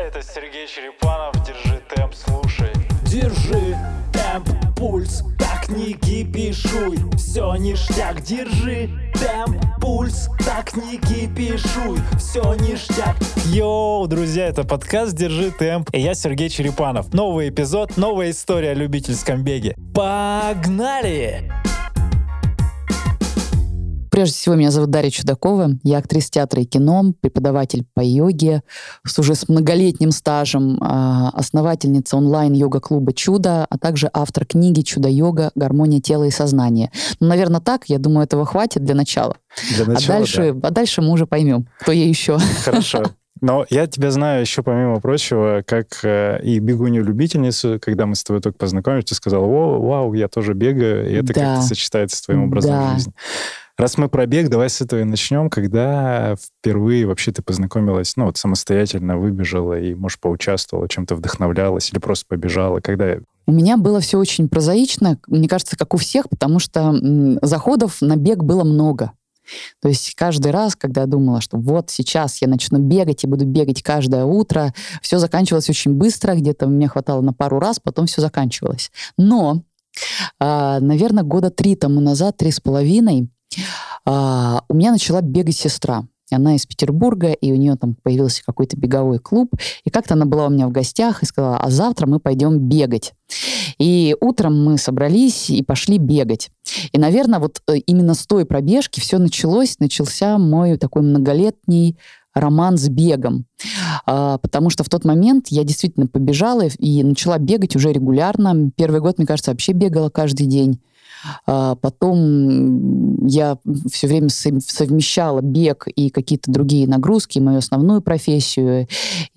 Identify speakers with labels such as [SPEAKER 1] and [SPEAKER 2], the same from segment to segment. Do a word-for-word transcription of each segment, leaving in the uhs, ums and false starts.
[SPEAKER 1] Это Сергей Черепанов, держи темп, слушай.
[SPEAKER 2] Держи темп, пульс, так не кипишуй. Все ништяк, держи темп, пульс, так не кипишуй. Все ништяк. Йоу, друзья, это подкаст «Держи темп». И я Сергей Черепанов. Новый эпизод, новая история о любительском беге. Погнали!
[SPEAKER 3] Прежде всего, меня зовут Дарья Чудакова. Я актриса театра и кино, преподаватель по йоге, с уже с многолетним стажем, основательница онлайн-йога-клуба «Чудо», а также автор книги «Чудо-йога. Гармония тела и сознания». Ну, наверное, так. Я думаю, этого хватит для начала.
[SPEAKER 2] Для начала,
[SPEAKER 3] а, дальше,
[SPEAKER 2] да.
[SPEAKER 3] а дальше мы уже поймем, кто я еще.
[SPEAKER 2] Хорошо. Но я тебя знаю еще, помимо прочего, как э, и бегунью-любительницу. Когда мы с тобой только познакомились, ты сказала: «О, вау, я тоже бегаю», и это
[SPEAKER 3] Да.
[SPEAKER 2] как-то сочетается с твоим образом
[SPEAKER 3] Да.
[SPEAKER 2] жизни. Раз мы про бег, давай с этого и начнем. Когда впервые вообще ты познакомилась, ну вот самостоятельно выбежала и, может, поучаствовала, чем-то вдохновлялась или просто побежала? Когда...
[SPEAKER 3] У меня было все очень прозаично, мне кажется, как у всех, потому что м, заходов на бег было много. То есть каждый раз, когда я думала, что вот сейчас я начну бегать и буду бегать каждое утро, все заканчивалось очень быстро, где-то мне хватало на пару раз, потом все заканчивалось. Но, э, наверное, года три тому назад, три с половиной, э, у меня начала бегать сестра. Она из Петербурга, и у нее там появился какой-то беговой клуб. И как-то она была у меня в гостях и сказала: а завтра мы пойдем бегать. И утром мы собрались и пошли бегать. И, наверное, вот именно с той пробежки все началось, начался мой такой многолетний роман с бегом. А, потому что в тот момент я действительно побежала и начала бегать уже регулярно. Первый год, мне кажется, вообще бегала каждый день. А потом я все время совмещала бег и какие-то другие нагрузки, мою основную профессию.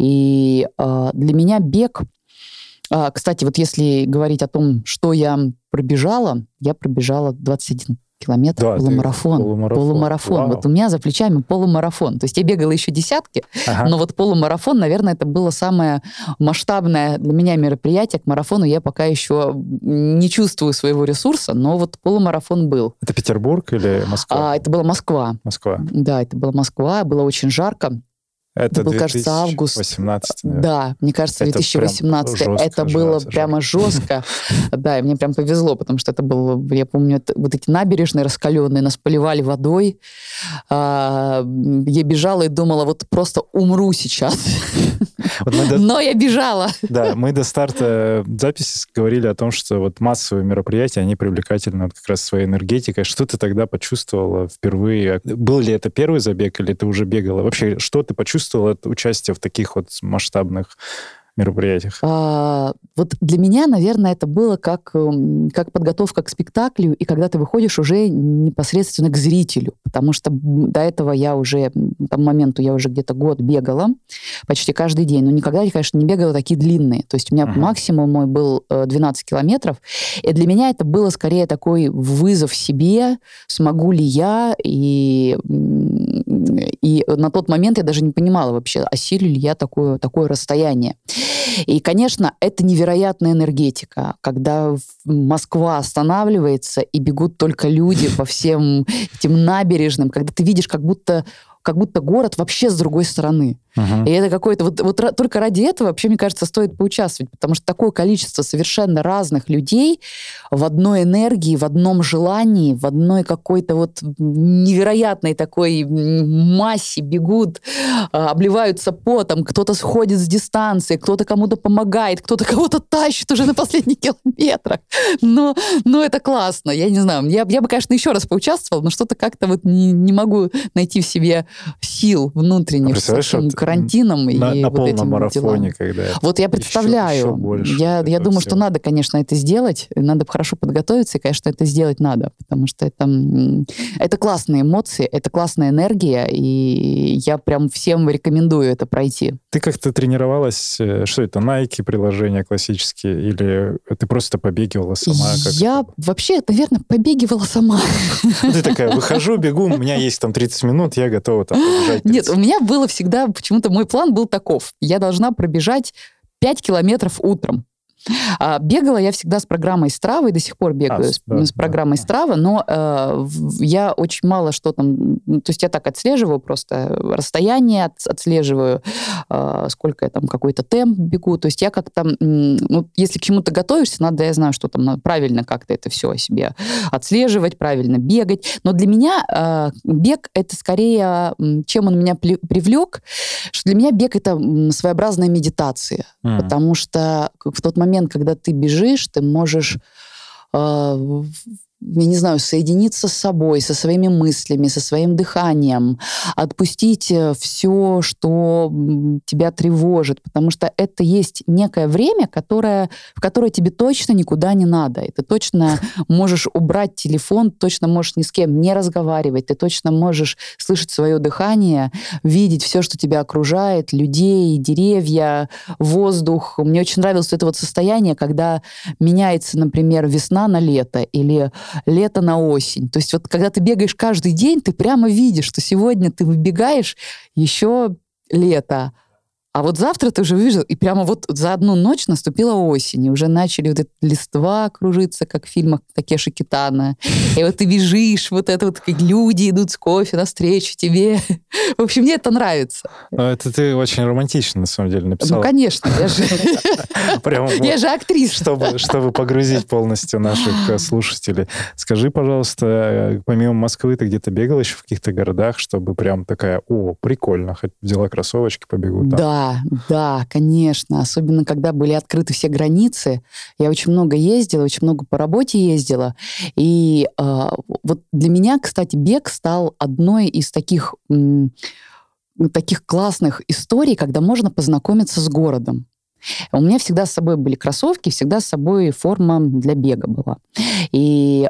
[SPEAKER 3] И а, для меня бег... А, кстати, вот если говорить о том, что я пробежала, я пробежала двадцать один километр, да, полумарафон.
[SPEAKER 2] Полумарафон.
[SPEAKER 3] полумарафон. Вот у меня за плечами полумарафон. То есть я бегала еще десятки, ага. но вот полумарафон, наверное, это было самое масштабное для меня мероприятие. К марафону я пока еще не чувствую своего ресурса, но вот полумарафон был.
[SPEAKER 2] Это Петербург или Москва?
[SPEAKER 3] А, это была Москва.
[SPEAKER 2] Москва.
[SPEAKER 3] Да, это была Москва. Было очень жарко.
[SPEAKER 2] Это,
[SPEAKER 3] это был, кажется, август.
[SPEAKER 2] две тысячи восемнадцатый,
[SPEAKER 3] да, мне кажется, две тысячи восемнадцатый.
[SPEAKER 2] Жестко,
[SPEAKER 3] это было
[SPEAKER 2] жестко,
[SPEAKER 3] прямо жестко. Да, и мне прям повезло, потому что это было, я помню, вот эти набережные раскаленные, нас поливали водой. Я бежала и думала, вот просто умру сейчас. Вот до... Но я бежала.
[SPEAKER 2] Да, мы до старта записи говорили о том, что вот массовые мероприятия, они привлекательны вот как раз своей энергетикой. Что ты тогда почувствовала впервые? Был ли это первый забег, или ты уже бегала? Вообще, что ты почувствовала от участия в таких вот масштабных мероприятиях?
[SPEAKER 3] А, вот для меня, наверное, это было как, как подготовка к спектаклю, и когда ты выходишь уже непосредственно к зрителю, потому что до этого я уже, к тому моменту я уже где-то год бегала, почти каждый день, но никогда, конечно, не бегала такие длинные. То есть у меня uh-huh. максимум мой был двенадцать километров, и для меня это было скорее такой вызов себе, смогу ли я, и, и на тот момент я даже не понимала вообще, осилю ли я такое, такое расстояние. И, конечно, это невероятная энергетика, когда Москва останавливается и бегут только люди по всем этим набережным, когда ты видишь, как будто, как будто город вообще с другой стороны. Uh-huh. И это какое-то... Вот, вот только ради этого вообще, мне кажется, стоит поучаствовать, потому что такое количество совершенно разных людей в одной энергии, в одном желании, в одной какой-то вот невероятной такой массе бегут, обливаются потом, кто-то сходит с дистанции, кто-то кому-то помогает, кто-то кого-то тащит уже на последних километрах. Но, но это классно, я не знаю. Я, я бы, конечно, еще раз поучаствовала, но что-то как-то вот не, не могу найти в себе сил внутренних с этим карантином
[SPEAKER 2] на,
[SPEAKER 3] и
[SPEAKER 2] на
[SPEAKER 3] вот этим
[SPEAKER 2] марафоне, когда
[SPEAKER 3] вот я представляю.
[SPEAKER 2] Еще, еще больше
[SPEAKER 3] я я думаю, что надо, конечно, это сделать. Надо хорошо подготовиться, и, конечно, это сделать надо, потому что это, это классные эмоции, это классная энергия, и я прям всем рекомендую это пройти.
[SPEAKER 2] Ты как-то тренировалась, что это, Nike приложения классические, или ты просто побегивала сама?
[SPEAKER 3] Я вообще, наверное, побегивала сама.
[SPEAKER 2] Ты такая: выхожу, бегу, у меня есть там тридцать минут, я готова там побежать.
[SPEAKER 3] Нет, у меня было всегда, почему-то мой план был таков. Я должна пробежать пять километров утром. А, бегала я всегда с программой Strava, и до сих пор бегаю а, с, да, с программой да. Strava, но э, я очень мало что там... То есть я так отслеживаю просто расстояние, от, отслеживаю, э, сколько я там какой-то темп бегу. То есть я как-то... Ну, если к чему-то готовишься, надо, я знаю, что там надо правильно как-то это все себе отслеживать, правильно бегать. Но для меня э, бег — это скорее... Чем он меня привлек, что для меня бег — это своеобразная медитация. Mm. Потому что в тот момент, когда ты бежишь, ты можешь, э, я не знаю, соединиться с собой, со своими мыслями, со своим дыханием, отпустить все, что тебя тревожит, потому что это есть некое время, которое, в которое тебе точно никуда не надо. И ты точно можешь убрать телефон, точно можешь ни с кем не разговаривать, ты точно можешь слышать свое дыхание, видеть все, что тебя окружает, людей, деревья, воздух. Мне очень нравилось это вот состояние, когда меняется, например, весна на лето или лето на осень. То есть вот когда ты бегаешь каждый день, ты прямо видишь, что сегодня ты выбегаешь еще лето, а вот завтра ты уже видишь, и прямо вот за одну ночь наступила осень, и уже начали вот эта листва кружиться, как в фильмах Такеши Китано. И вот ты бежишь, вот это вот, как люди идут с кофе навстречу тебе. В общем, мне это нравится.
[SPEAKER 4] Ну, это ты очень романтично, на самом деле, написала.
[SPEAKER 3] Ну, конечно, я же, я же актриса.
[SPEAKER 4] Чтобы, чтобы погрузить полностью наших слушателей. Скажи, пожалуйста, помимо Москвы ты где-то бегала еще в каких-то городах, чтобы прям такая, о, прикольно, хоть взяла кроссовочки, побегу там?
[SPEAKER 3] Да. Да, да, конечно. Особенно, когда были открыты все границы. Я очень много ездила, очень много по работе ездила. И э, вот для меня, кстати, бег стал одной из таких, м, таких классных историй, когда можно познакомиться с городом. У меня всегда с собой были кроссовки, всегда с собой форма для бега была. И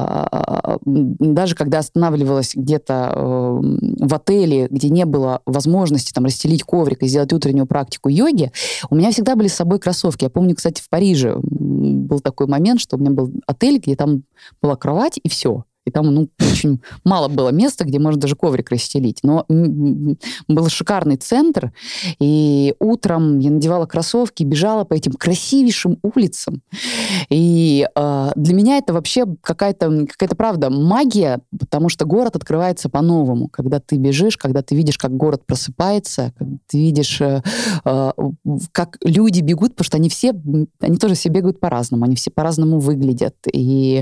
[SPEAKER 3] э, даже когда останавливалась где-то э, в отеле, где не было возможности там расстелить коврик и сделать утреннюю практику йоги, у меня всегда были с собой кроссовки. Я помню, кстати, в Париже был такой момент, что у меня был отель, где там была кровать и все. И там, ну, очень мало было места, где можно даже коврик расстелить. Но был шикарный центр, и утром я надевала кроссовки, бежала по этим красивейшим улицам. И э, для меня это вообще какая-то, какая-то, правда, магия, потому что город открывается по-новому. Когда ты бежишь, когда ты видишь, как город просыпается, когда ты видишь, э, э, как люди бегут, потому что они все, они тоже все бегают по-разному, они все по-разному выглядят. И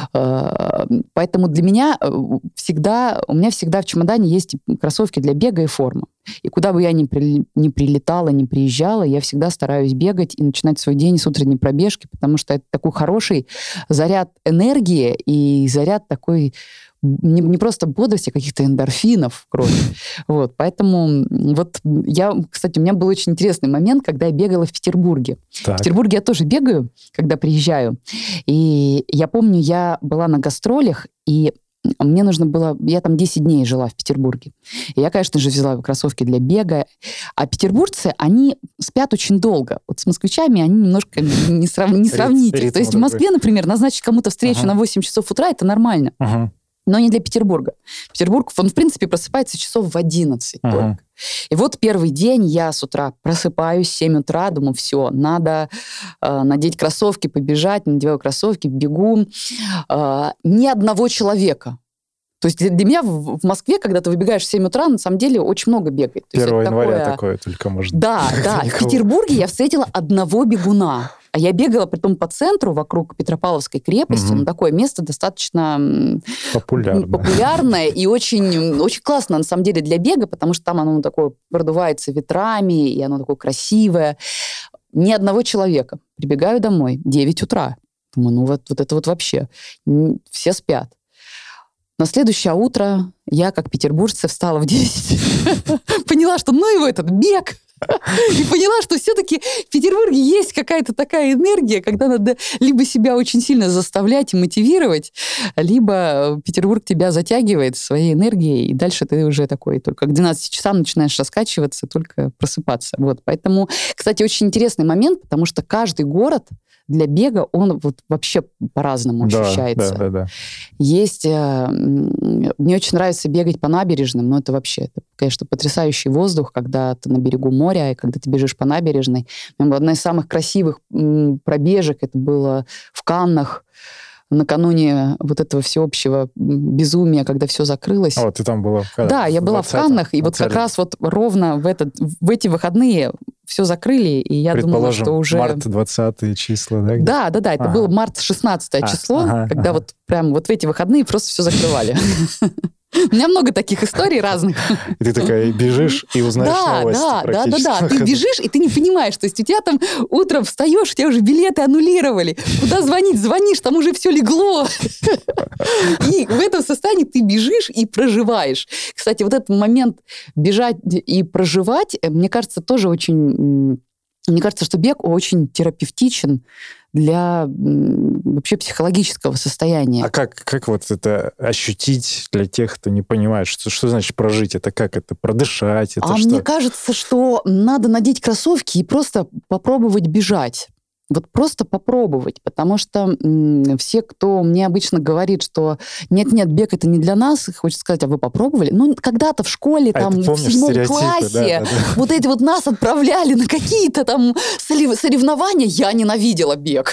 [SPEAKER 3] э, поэтому Поэтому для меня всегда, у меня всегда в чемодане есть кроссовки для бега и форма. И куда бы я ни, при, ни прилетала, ни приезжала, я всегда стараюсь бегать и начинать свой день с утренней пробежки, потому что это такой хороший заряд энергии и заряд такой не, не просто бодрости, а каких-то эндорфинов в крови. Вот, поэтому вот я, кстати, у меня был очень интересный момент, когда я бегала в Петербурге. Так. В Петербурге я тоже бегаю, когда приезжаю. И я помню, я была на гастролях, и мне нужно было... Я там десять дней жила в Петербурге. И я, конечно же, взяла кроссовки для бега. А петербуржцы, они спят очень долго. Вот с москвичами они немножко не, срав... не сравните. То есть в Москве, например, назначить кому-то встречу ага. на восемь часов утра, это нормально. Ага. Но не для Петербурга. Петербург, он, в принципе, просыпается часов в одиннадцать uh-huh. только. И вот первый день я с утра просыпаюсь в семь утра, думаю, все, надо э, надеть кроссовки, побежать, надеваю кроссовки, бегу. Э, ни одного человека. То есть для, для меня в, в Москве, когда ты выбегаешь в семь утра, на самом деле очень много бегает.
[SPEAKER 4] первого января такое... такое только может...
[SPEAKER 3] Да, да. В Петербурге я встретила одного бегуна. А я бегала, притом, по центру, вокруг Петропавловской крепости. Угу. Ну, такое место достаточно
[SPEAKER 4] популярное,
[SPEAKER 3] популярное и очень, очень классно, на самом деле, для бега, потому что там оно такое продувается ветрами, и оно такое красивое. Ни одного человека. Прибегаю домой, девять утра. Думаю, ну вот, вот это вот вообще. Все спят. На следующее утро я, как петербуржцы, встала в десять. Поняла, что ну его этот бег. И поняла, что все-таки в Петербурге есть какая-то такая энергия, когда надо либо себя очень сильно заставлять и мотивировать, либо Петербург тебя затягивает своей энергией, и дальше ты уже такой только к двенадцати часам начинаешь раскачиваться, только просыпаться. Вот. Поэтому, кстати, очень интересный момент, потому что каждый город для бега, он вот вообще по-разному
[SPEAKER 4] да,
[SPEAKER 3] ощущается.
[SPEAKER 4] Да, да, да.
[SPEAKER 3] Есть... Э, мне очень нравится бегать по набережным, но это вообще, это, конечно, потрясающий воздух, когда ты на берегу моря, моря, и когда ты бежишь по набережной. Одна из самых красивых м, пробежек, это было в Каннах, накануне вот этого всеобщего безумия, когда все закрылось.
[SPEAKER 4] А вот ты там была? Когда?
[SPEAKER 3] Да, я была в Каннах, и вот как раз вот ровно в, этот, в эти выходные все закрыли, и я думала, что уже...
[SPEAKER 4] март двадцатое числа, да?
[SPEAKER 3] Да, да, да, это ага. было март шестнадцатое число, а, ага, когда ага. вот прям вот в эти выходные просто все закрывали. У меня много таких историй разных.
[SPEAKER 4] И ты такая бежишь и узнаешь
[SPEAKER 3] да,
[SPEAKER 4] новости
[SPEAKER 3] да,
[SPEAKER 4] практически.
[SPEAKER 3] Да, да, да. Ты бежишь, и ты не понимаешь. То есть у тебя там утром встаешь, у тебя уже билеты аннулировали. Куда звонить? Звонишь, там уже все легло. И в этом состоянии ты бежишь и проживаешь. Кстати, вот этот момент бежать и проживать, мне кажется, тоже очень... Мне кажется, что бег очень терапевтичен для вообще психологического состояния.
[SPEAKER 4] А как, как вот это ощутить для тех, кто не понимает, что, что значит прожить? Это как? Это продышать? Это
[SPEAKER 3] а
[SPEAKER 4] что?
[SPEAKER 3] Мне кажется, что надо надеть кроссовки и просто попробовать бежать. Вот просто попробовать, потому что м, все, кто мне обычно говорит, что нет-нет, бег это не для нас, хочется сказать, а вы попробовали? Ну, когда-то в школе, а там, в седьмом классе, да, да, да. вот эти вот нас отправляли на какие-то там соревнования, я ненавидела бег.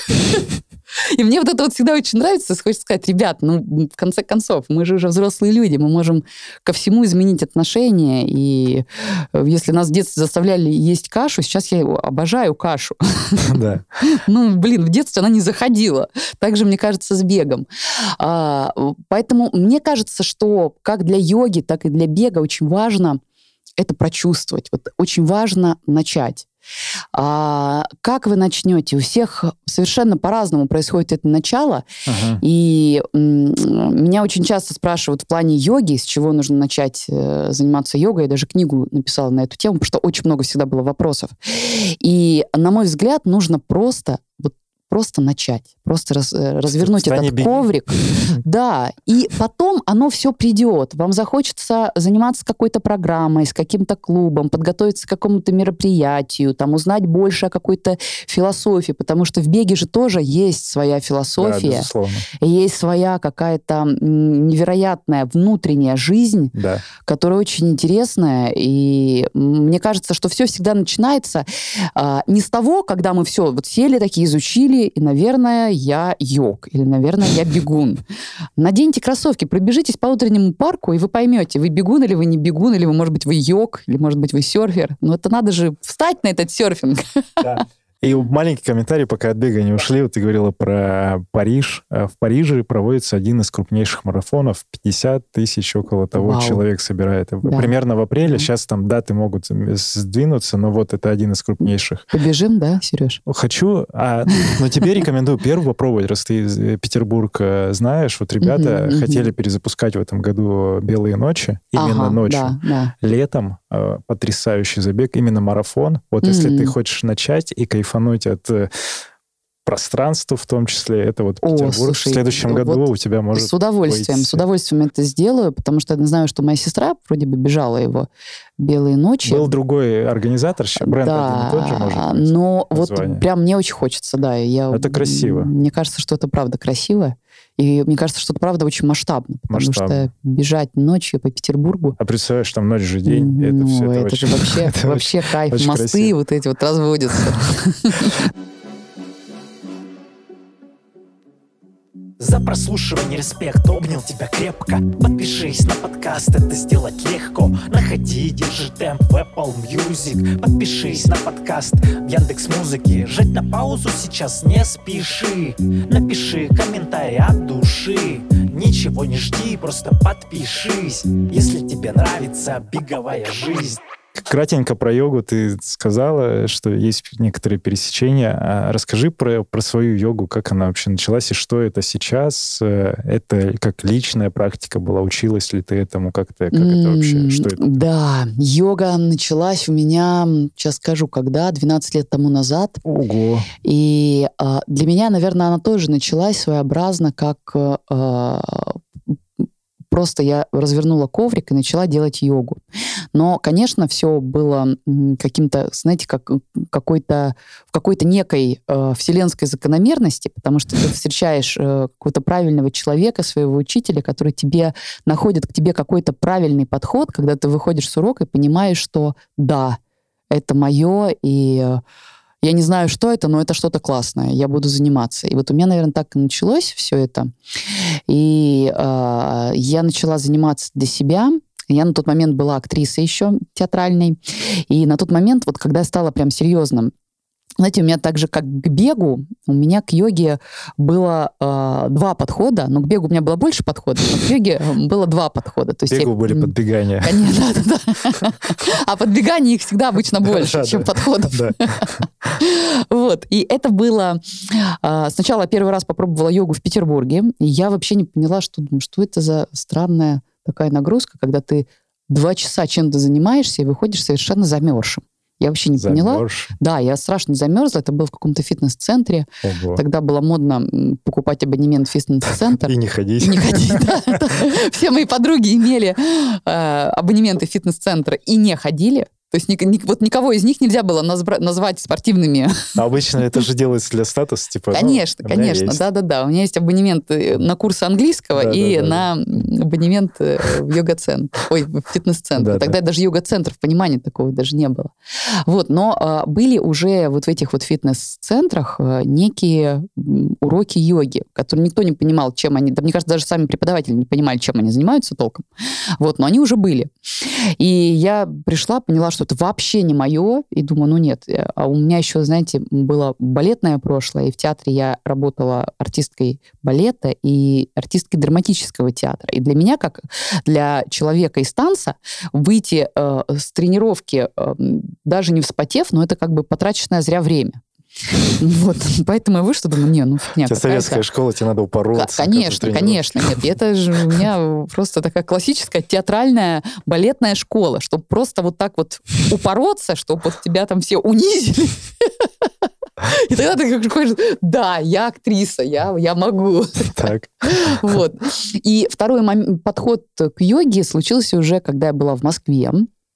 [SPEAKER 3] И мне вот это вот всегда очень нравится. Хочется сказать, ребят, ну, в конце концов, мы же уже взрослые люди, мы можем ко всему изменить отношение. И если нас в детстве заставляли есть кашу, сейчас я обожаю кашу.
[SPEAKER 4] Да.
[SPEAKER 3] Ну, блин, в детстве она не заходила. Так же, мне кажется, с бегом. А, поэтому мне кажется, что как для йоги, так и для бега очень важно это прочувствовать. Вот очень важно начать. А как вы начнете? У всех совершенно по-разному происходит это начало. Uh-huh. И м- меня очень часто спрашивают в плане йоги, с чего нужно начать э, заниматься йогой. Я даже книгу написала на эту тему, потому что очень много всегда было вопросов. И, на мой взгляд, нужно просто... Вот, Просто начать, просто раз, развернуть Встань этот коврик. Да, и потом оно все придет. Вам захочется заниматься какой-то программой, с каким-то клубом, подготовиться к какому-то мероприятию, там, узнать больше о какой-то философии, потому что в беге же тоже есть своя философия. Да, есть своя какая-то невероятная внутренняя жизнь, да. которая очень интересная. И мне кажется, что все всегда начинается а, не с того, когда мы все вот сели такие, изучили, и, наверное, я йог, или, наверное, я бегун. Наденьте кроссовки, пробежитесь по утреннему парку, и вы поймете, вы бегун или вы не бегун, или, вы, может быть, вы йог, или, может быть, вы серфер. Но это надо же встать на этот серфинг. Да.
[SPEAKER 4] И маленький комментарий, пока от бега не ушли. Вот ты говорила про Париж. В Париже проводится один из крупнейших марафонов. пятьдесят тысяч около того Вау. человек собирает. Да. Примерно в апреле. Да. Сейчас там даты могут сдвинуться, но вот это один из крупнейших.
[SPEAKER 3] Побежим, да, Сереж?
[SPEAKER 4] Хочу. А, но тебе рекомендую первым попробовать, раз ты из Петербурга знаешь. Вот ребята хотели перезапускать в этом году «Белые ночи». Именно ага, ночью. Да, да. Летом. Потрясающий забег. Именно марафон. Вот mm-hmm. если ты хочешь начать и кайфануть от э, пространства, в том числе, это вот О, Петербург. Слушай, в следующем году вот у тебя может
[SPEAKER 3] С удовольствием. Быть... С удовольствием это сделаю, потому что я знаю, что моя сестра вроде бы бежала его «Белые ночи».
[SPEAKER 4] Был другой организатор, бренд да, один и тот же, может быть,
[SPEAKER 3] но
[SPEAKER 4] название.
[SPEAKER 3] Вот прям мне очень хочется, да. Я,
[SPEAKER 4] это красиво.
[SPEAKER 3] Мне кажется, что это правда красиво. И мне кажется, что это правда очень масштабно, потому масштабно. Что бежать ночью по Петербургу...
[SPEAKER 4] А представляешь, там ночь же день, ну, это все...
[SPEAKER 3] Это, это
[SPEAKER 4] очень,
[SPEAKER 3] же вообще, это вообще кайф. Очень Мосты красиво. Вот эти вот разводятся.
[SPEAKER 2] За прослушивание респект, обнял тебя крепко. Подпишись на подкаст, это сделать легко. Находи, держи темп в Apple Music. Подпишись на подкаст в Яндекс.Музыке. Жать на паузу сейчас не спеши. Напиши комментарий от души. Ничего не жди, просто подпишись, если тебе нравится беговая жизнь.
[SPEAKER 4] Кратенько про йогу ты сказала, что есть некоторые пересечения. А расскажи про, про свою йогу, как она вообще началась и что это сейчас. Это как личная практика была? Училась ли ты этому? Как-то, как mm, это вообще? Что это?
[SPEAKER 3] Да, йога началась у меня, сейчас скажу, когда, двенадцать лет тому назад.
[SPEAKER 4] Ого!
[SPEAKER 3] И а, для меня, наверное, она тоже началась своеобразно как... А, Просто я развернула коврик и начала делать йогу. Но, конечно, все было каким-то, знаете, как какой-то, в какой-то некой э, вселенской закономерности, потому что ты встречаешь э, какого-то правильного человека, своего учителя, который тебе находит к тебе какой-то правильный подход, когда ты выходишь с урока и понимаешь, что да, это мое, и я не знаю, что это, но это что-то классное, я буду заниматься. И вот у меня, наверное, так и началось все это. И э, я начала заниматься для себя. Я на тот момент была актрисой еще театральной. И на тот момент, вот когда я стала прям серьезным, знаете, у меня так же, как к бегу, у меня к йоге было э, два подхода, но к бегу у меня было больше подходов, но к йоге было два подхода. То
[SPEAKER 4] есть к бегу я... были подбегания.
[SPEAKER 3] Конечно, да, да, да. А подбеганий их всегда обычно больше, чем подходов. Вот, и это было... Сначала я первый раз попробовала йогу в Петербурге, и я вообще не поняла, что, что это за странная такая нагрузка, когда ты два часа чем-то занимаешься и выходишь совершенно замерзшим. Я вообще не
[SPEAKER 4] Замерз.
[SPEAKER 3] поняла. Да, я страшно замерзла. Это было в каком-то фитнес-центре. Ого. Тогда было модно покупать абонемент в фитнес-центр.
[SPEAKER 4] И не ходить.
[SPEAKER 3] И не ходить, да. Все мои подруги имели абонементы фитнес-центра и не ходили. То есть ни, ни, вот никого из них нельзя было назбра- назвать спортивными.
[SPEAKER 4] А обычно это же делается для статуса, типа.
[SPEAKER 3] Конечно,
[SPEAKER 4] ну,
[SPEAKER 3] конечно, да-да-да. У меня есть абонемент на курсы английского да, и да, да, на да. абонемент в йога-центр, ой, в фитнес-центр. Да, Тогда да. даже йога-центр в понимании такого даже не было. Вот, но а, были уже вот в этих вот фитнес-центрах а, некие уроки йоги, которые никто не понимал, чем они. Да, мне кажется, даже сами преподаватели не понимали, чем они занимаются толком. Вот, но они уже были. И я пришла, поняла, что это вообще не мое, и думаю, ну нет. А у меня еще, знаете, было балетное прошлое, и в театре я работала артисткой балета и артисткой драматического театра. И для меня, как для человека из танца, выйти э, с тренировки, э, даже не вспотев, но это как бы потраченное зря время. Вот, поэтому я вышла, думаю, не, ну фигня.
[SPEAKER 4] У тебя советская школа, тебе надо упороться.
[SPEAKER 3] Конечно, конечно, нет, это же у меня просто такая классическая театральная балетная школа, чтобы просто вот так вот упороться, чтобы вот тебя там все унизили. И тогда ты как ходишь, да, я актриса, я, я могу.
[SPEAKER 4] Так.
[SPEAKER 3] Вот. И второй момент, подход к йоге случился уже, когда я была в Москве.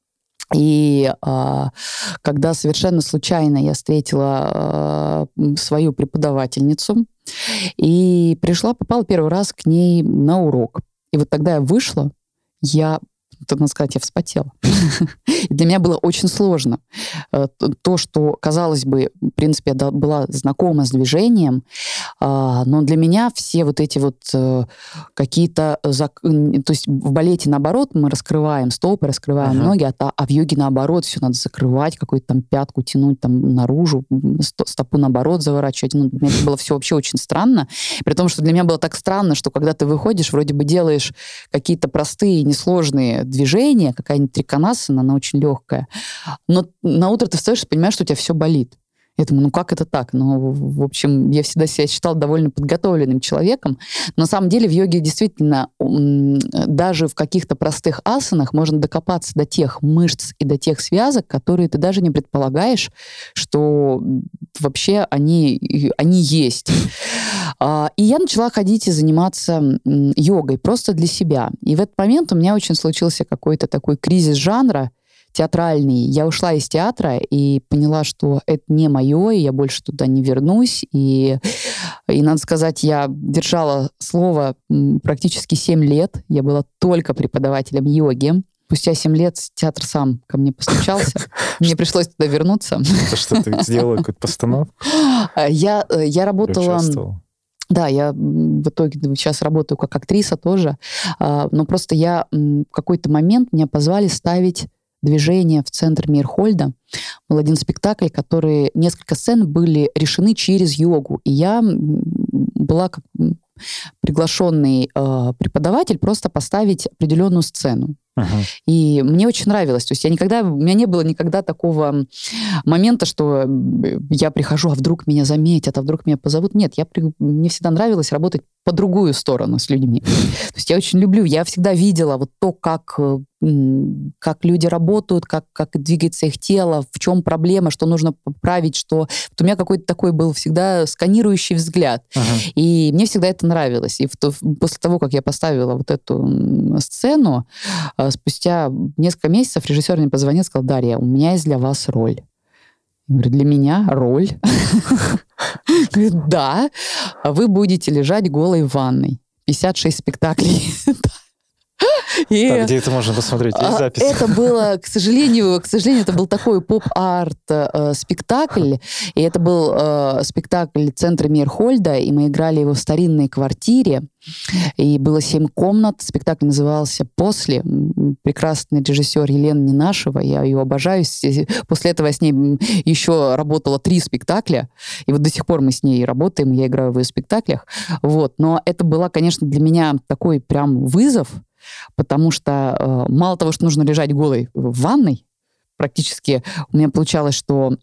[SPEAKER 3] И а, когда совершенно случайно я встретила а, свою преподавательницу и пришла, попала первый раз к ней на урок. И вот тогда я вышла, я, надо сказать, я вспотела. И для меня было очень сложно. То, что, казалось бы, в принципе, я была знакома с движением, но для меня все вот эти вот какие-то... То есть в балете, наоборот, мы раскрываем стопы, раскрываем uh-huh. ноги, а в йоге, наоборот, все надо закрывать, какую-то там пятку тянуть там наружу, стопу, наоборот, заворачивать. Ну, для меня это было все вообще очень странно. При том, что для меня было так странно, что когда ты выходишь, вроде бы делаешь какие-то простые, несложные движения, какая-нибудь триконасана, она очень легкая. Но на утро ты встаешь и понимаешь, что у тебя все болит. Я думаю, ну как это так? Ну, в общем, я всегда себя считала довольно подготовленным человеком. Но на самом деле в йоге действительно даже в каких-то простых асанах можно докопаться до тех мышц и до тех связок, которые ты даже не предполагаешь, что вообще они, они есть. И я начала ходить и заниматься йогой просто для себя. И в этот момент у меня очень случился какой-то такой кризис жанра, театральный. Я ушла из театра и поняла, что это не мое, и я больше туда не вернусь. И, и надо сказать, я держала слово практически семь лет. Я была только преподавателем йоги. Спустя семь лет театр сам ко мне постучался. Мне пришлось туда вернуться.
[SPEAKER 4] Что ты сделала, какую-то постановку?
[SPEAKER 3] Я, я работала... Да, я в итоге сейчас работаю как актриса тоже. Но просто я в какой-то момент меня позвали ставить движение в центр Мейерхольда. Был один спектакль, который... Несколько сцен были решены через йогу. И я была как приглашенный э, преподаватель просто поставить определенную сцену. Uh-huh. И мне очень нравилось. То есть я никогда... У меня не было никогда такого момента, что я прихожу, а вдруг меня заметят, а вдруг меня позовут. Нет, я, мне всегда нравилось работать по другую сторону с людьми. То есть я очень люблю, я всегда видела вот то, как, как люди работают, как, как двигается их тело, в чем проблема, что нужно поправить, что... Вот у меня какой-то такой был всегда сканирующий взгляд. Uh-huh. И мне всегда это нравилось. И в то, после того, как я поставила вот эту сцену, спустя несколько месяцев режиссер мне позвонил и сказал: Дарья, у меня есть для вас роль. Я говорю, для меня роль? Говорит, да, вы будете лежать голой в ванной. пятьдесят шесть спектаклей. И,
[SPEAKER 4] так, где это можно посмотреть? Есть запись?
[SPEAKER 3] Это было, к сожалению, к сожалению, это был такой поп-арт э, спектакль, и это был э, спектакль Центра Мейерхольда, и мы играли его в старинной квартире, и было семь комнат, спектакль назывался «После», прекрасный режиссер Елена Ненашева, я ее обожаю, после этого я с ней еще работала три спектакля, и вот до сих пор мы с ней работаем, я играю в ее спектаклях, вот, но это была, конечно, для меня такой прям вызов, потому что э, мало того, что нужно лежать голой в ванной, практически у меня получалось, что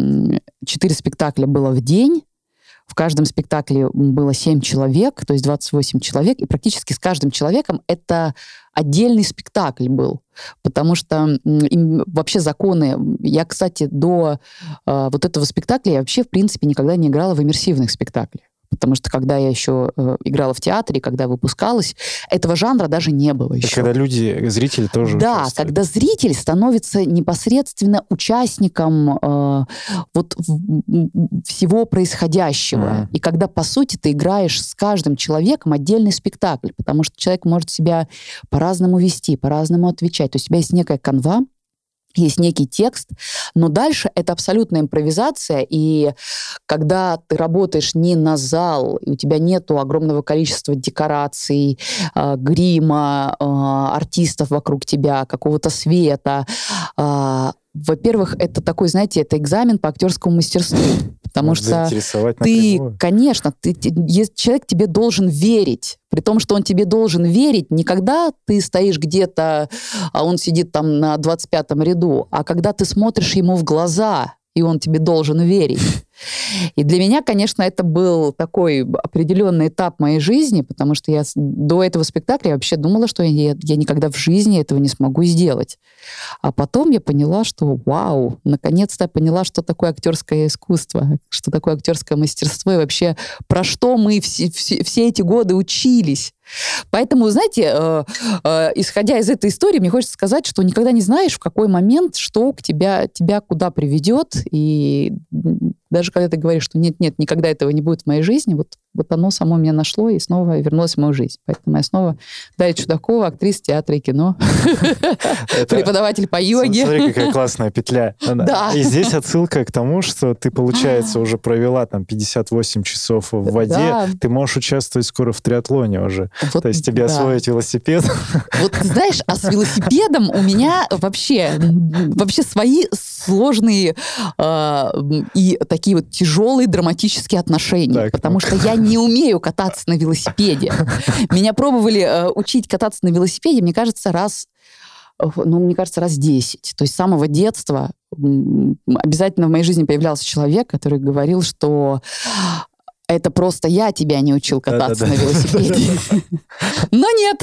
[SPEAKER 3] четыре спектакля было в день, в каждом спектакле было семь человек, то есть двадцать восемь человек, и практически с каждым человеком это отдельный спектакль был, потому что им вообще законы... Я, кстати, до э, вот этого спектакля я вообще, в принципе, никогда не играла в иммерсивных спектаклях. Потому что когда я еще э, играла в театре, когда выпускалась, этого жанра даже не было еще.
[SPEAKER 4] Когда люди, зрители тоже
[SPEAKER 3] Да,
[SPEAKER 4] участвуют.
[SPEAKER 3] когда зритель становится непосредственно участником э, вот в, всего происходящего. Mm. И когда, по сути, ты играешь с каждым человеком отдельный спектакль, потому что человек может себя по-разному вести, по-разному отвечать. То есть у тебя есть некая канва, есть некий текст, но дальше это абсолютная импровизация, и когда ты работаешь не на зал, и у тебя нету огромного количества декораций, э, грима, э, артистов вокруг тебя, какого-то света, э, во-первых, это такой, знаете, это экзамен по актерскому мастерству, потому
[SPEAKER 4] Может
[SPEAKER 3] что ты, конечно, ты, человек тебе должен верить, при том, что он тебе должен верить не когда ты стоишь где-то, а он сидит там на двадцать пятом ряду, а когда ты смотришь ему в глаза, и он тебе должен верить. И для меня, конечно, это был такой определенный этап моей жизни, потому что я до этого спектакля вообще думала, что я, я никогда в жизни этого не смогу сделать. А потом я поняла, что вау, наконец-то я поняла, что такое актерское искусство, что такое актерское мастерство, и вообще про что мы все, все, все эти годы учились. Поэтому, знаете, э, э, исходя из этой истории, мне хочется сказать, что никогда не знаешь, в какой момент что к тебя, тебя куда приведет, и даже когда ты говоришь, что нет-нет, никогда этого не будет в моей жизни, вот, вот оно само меня нашло и снова вернулось в мою жизнь. Поэтому я снова Дарья Чудакова, актриса театра и кино, преподаватель по йоге.
[SPEAKER 4] Смотри, какая классная петля.
[SPEAKER 3] Да.
[SPEAKER 4] И здесь отсылка к тому, что ты, получается, уже провела там пятьдесят восемь часов в воде, ты можешь участвовать скоро в триатлоне уже. То есть тебе освоить велосипед.
[SPEAKER 3] Вот, знаешь, а с велосипедом у меня вообще, вообще свои сложные и такие вот тяжелые драматические отношения, так, потому так. что я не умею кататься на велосипеде. Меня пробовали э, учить кататься на велосипеде, мне кажется, раз, ну, мне кажется, раз десять. То есть с самого детства обязательно в моей жизни появлялся человек, который говорил, что это просто я тебя не учил кататься да, да, на велосипеде. Но нет.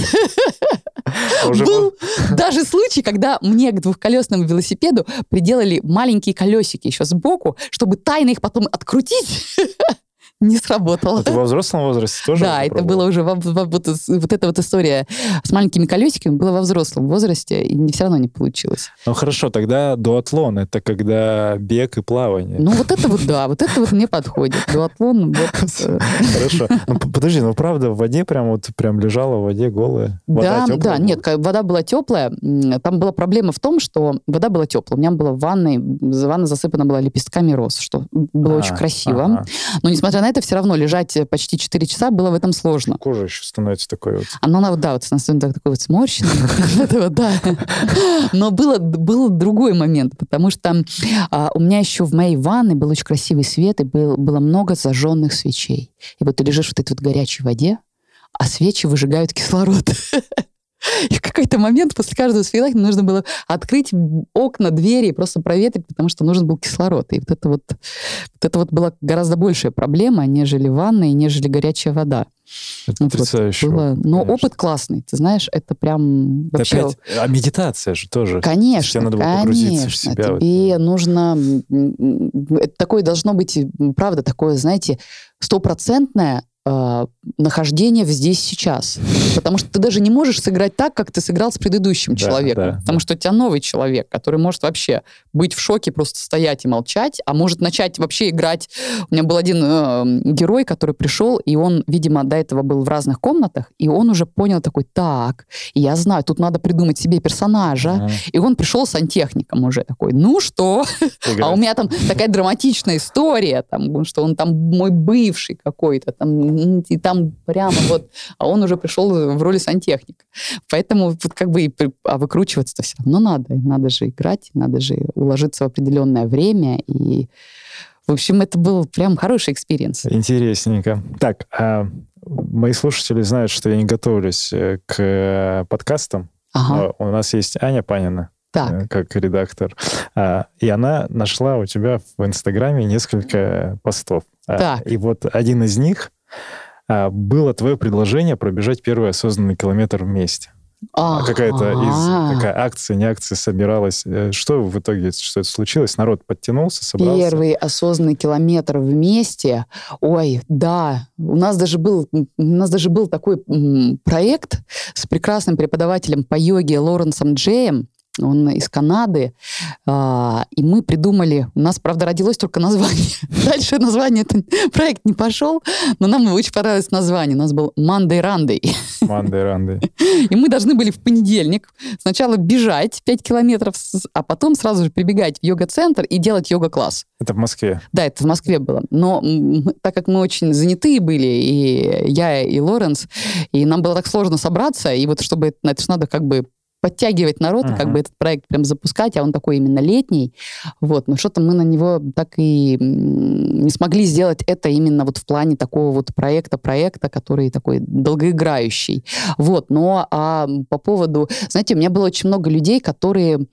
[SPEAKER 3] Был даже случай, когда мне к двухколесному велосипеду приделали маленькие колесики еще сбоку, чтобы тайно их потом открутить. Не сработало.
[SPEAKER 4] Это во взрослом возрасте тоже?
[SPEAKER 3] Да, это было уже во, во, вот, вот эта вот история с маленькими колесиками была во взрослом возрасте, и все равно не получилось.
[SPEAKER 4] Ну хорошо, тогда дуатлон — это когда бег и плавание.
[SPEAKER 3] Ну вот это вот, да, вот это вот мне подходит. Дуатлон, вот...
[SPEAKER 4] Хорошо. Ну, подожди, ну правда, в воде прям вот прям лежала в воде голая?
[SPEAKER 3] Да, да, нет, вода была теплая. Там была проблема в том, что вода была теплая. У меня была в ванной, ванна засыпана была лепестками роз, что было очень красиво. Но несмотря на это, все равно лежать почти четыре часа было в этом сложно.
[SPEAKER 4] Кожа еще становится такой вот.
[SPEAKER 3] Она, да, вот становится такой вот сморщенной. Но было, был другой момент, потому что а, у меня еще в моей ванной был очень красивый свет, и был, было много зажженных свечей. И вот ты лежишь в этой вот горячей воде, а свечи выжигают кислород. И в какой-то момент после каждого спектакля нужно было открыть окна, двери и просто проветрить, потому что нужен был кислород. И вот это вот, вот это вот была гораздо большая проблема, нежели ванна и нежели горячая вода.
[SPEAKER 4] Это потрясающе.
[SPEAKER 3] Вот было. Но конечно. Опыт классный, ты знаешь, это прям вообще...
[SPEAKER 4] Опять, а медитация же тоже.
[SPEAKER 3] Конечно,
[SPEAKER 4] тебе надо было погрузиться в себя.
[SPEAKER 3] Тебе вот. нужно... Такое должно быть, правда, такое, знаете, стопроцентное э, нахождение в здесь сейчас. Потому что ты даже не можешь сыграть так, как ты сыграл с предыдущим человеком. Да, да, потому да. что у тебя новый человек, который может вообще быть в шоке, просто стоять и молчать, а может начать вообще играть. У меня был один э, герой, который пришел, и он, видимо, до этого был в разных комнатах, и он уже понял такой, так, я знаю, тут надо придумать себе персонажа. Uh-huh. И он пришел сантехником уже такой, ну что? А у меня там такая драматичная история, там, что он там мой бывший какой-то, там, и там прямо вот, а он уже пришел в роли сантехника. Поэтому вот как бы и, а выкручиваться-то все равно надо. Надо же играть, надо же уложиться в определенное время. И, в общем, это был прям хороший экспириенс.
[SPEAKER 4] Интересненько. Так, а мои слушатели знают, что я не готовлюсь к подкастам. Ага. У нас есть Аня Панина, так. как редактор. И она нашла у тебя в Инстаграме несколько постов. Так. И вот один из них было твое предложение пробежать первый осознанный километр вместе. А-а-а. Какая-то из, такая акция, не акция собиралась. Что в итоге, что это случилось? Народ подтянулся, собрался?
[SPEAKER 3] Первый осознанный километр вместе. Ой, да. У нас даже был, у нас даже был такой м, проект с прекрасным преподавателем по йоге Лоренсом Джеем. Он из Канады. А, и мы придумали... У нас, правда, родилось только название. Дальше название этот проект не пошел, но нам очень понравилось название. У нас был Monday Runday.
[SPEAKER 4] Monday Runday.
[SPEAKER 3] И мы должны были в понедельник сначала бежать пять километров, а потом сразу же прибегать в йога-центр и делать йога-класс.
[SPEAKER 4] Это в Москве?
[SPEAKER 3] Да, это в Москве было. Но так как мы очень занятые были, и я, и Лоренс, и нам было так сложно собраться, и вот чтобы... Это же надо как бы подтягивать народ, uh-huh. и как бы этот проект прям запускать, а он такой именно летний. Вот. Но что-то мы на него так и не смогли сделать это именно вот в плане такого вот проекта-проекта, который такой долгоиграющий. Вот. Но а по поводу... Знаете, у меня было очень много людей, которые,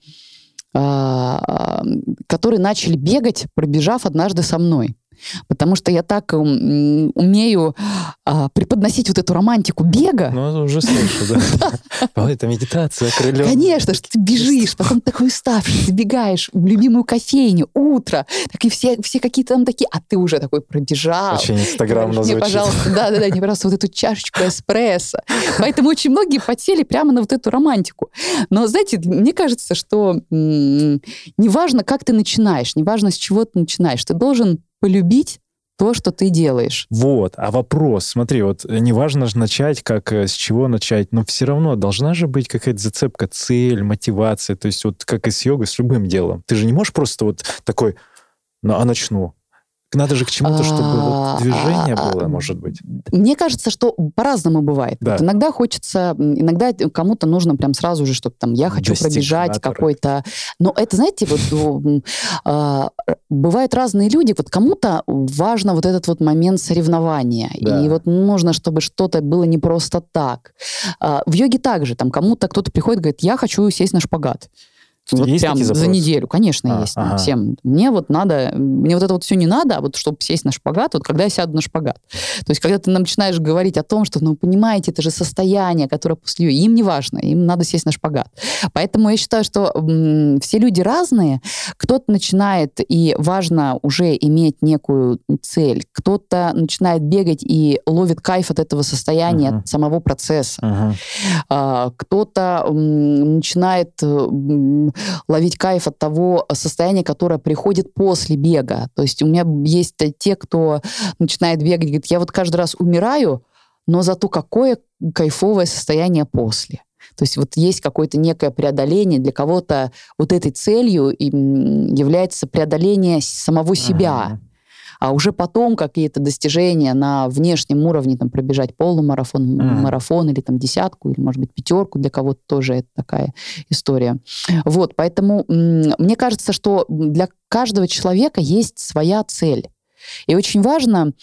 [SPEAKER 3] а, которые начали бегать, пробежав однажды со мной. Потому что я так ум, умею а, преподносить вот эту романтику бега.
[SPEAKER 4] Ну, уже слышу, да. Это медитация окрыленная.
[SPEAKER 3] Конечно, что ты бежишь, потом такой уставший, ты бегаешь в любимую кофейню, утро, так и все, все какие-то там такие, а ты уже такой пробежал.
[SPEAKER 4] Очень инстаграмно звучит.
[SPEAKER 3] Мне, пожалуйста, да-да-да, мне, пожалуйста, вот эту чашечку эспрессо. Поэтому очень многие подсели прямо на вот эту романтику. Но, знаете, мне кажется, что м- неважно, как ты начинаешь, неважно, с чего ты начинаешь, ты должен полюбить то, что ты делаешь.
[SPEAKER 4] Вот, а вопрос, смотри, вот неважно же начать, как, с чего начать, но все равно должна же быть какая-то зацепка, цель, мотивация, то есть вот как и с йогой, с любым делом. Ты же не можешь просто вот такой, ну, а начну. Надо же к чему-то, чтобы вот движение было, может быть.
[SPEAKER 3] Мне кажется, что по-разному бывает. Да. Вот иногда хочется, иногда кому-то нужно прям сразу же, чтобы там я хочу пробежать какой-то... Но это, знаете, вот бывают разные люди. Вот кому-то важно вот этот вот момент соревнования. Да. И вот нужно, чтобы что-то было не просто так. В йоге также. Там кому-то кто-то приходит и говорит, я хочу сесть на шпагат. Вот есть прям за неделю, конечно, а, есть. Ага. Всем. Мне вот надо, мне вот это вот все не надо, а вот чтобы сесть на шпагат, вот когда я сяду на шпагат. То есть, когда ты начинаешь говорить о том, что, ну, понимаете, это же состояние, которое после... Им не важно, им надо сесть на шпагат. Поэтому я считаю, что м- все люди разные. Кто-то начинает, и важно уже иметь некую цель. Кто-то начинает бегать и ловит кайф от этого состояния, uh-huh. от самого процесса. Uh-huh. А, кто-то м- начинает... М- ловить кайф от того состояния, которое приходит после бега. То есть у меня есть те, кто начинает бегать, говорит, я вот каждый раз умираю, но зато какое кайфовое состояние после. То есть вот есть какое-то некое преодоление. Для кого-то вот этой целью является преодоление самого себя. Ага. А уже потом какие-то достижения на внешнем уровне, там, пробежать полумарафон, mm. марафон или там десятку, или, может быть, пятерку, для кого-то тоже это такая история. Вот, поэтому м- мне кажется, что для каждого человека есть своя цель. И очень важно,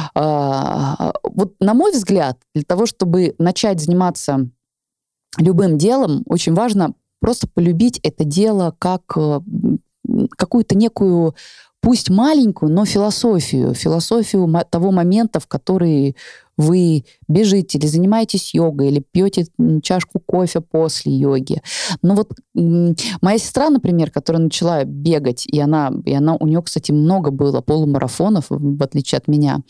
[SPEAKER 3] э- вот на мой взгляд, для того, чтобы начать заниматься любым делом, очень важно просто полюбить это дело как э- какую-то некую пусть маленькую, но философию, философию того момента, в который вы бежите или занимаетесь йогой, или пьете чашку кофе после йоги. Ну вот моя сестра, например, которая начала бегать, и она, и она у нее, кстати, много было полумарафонов, в отличие от меня,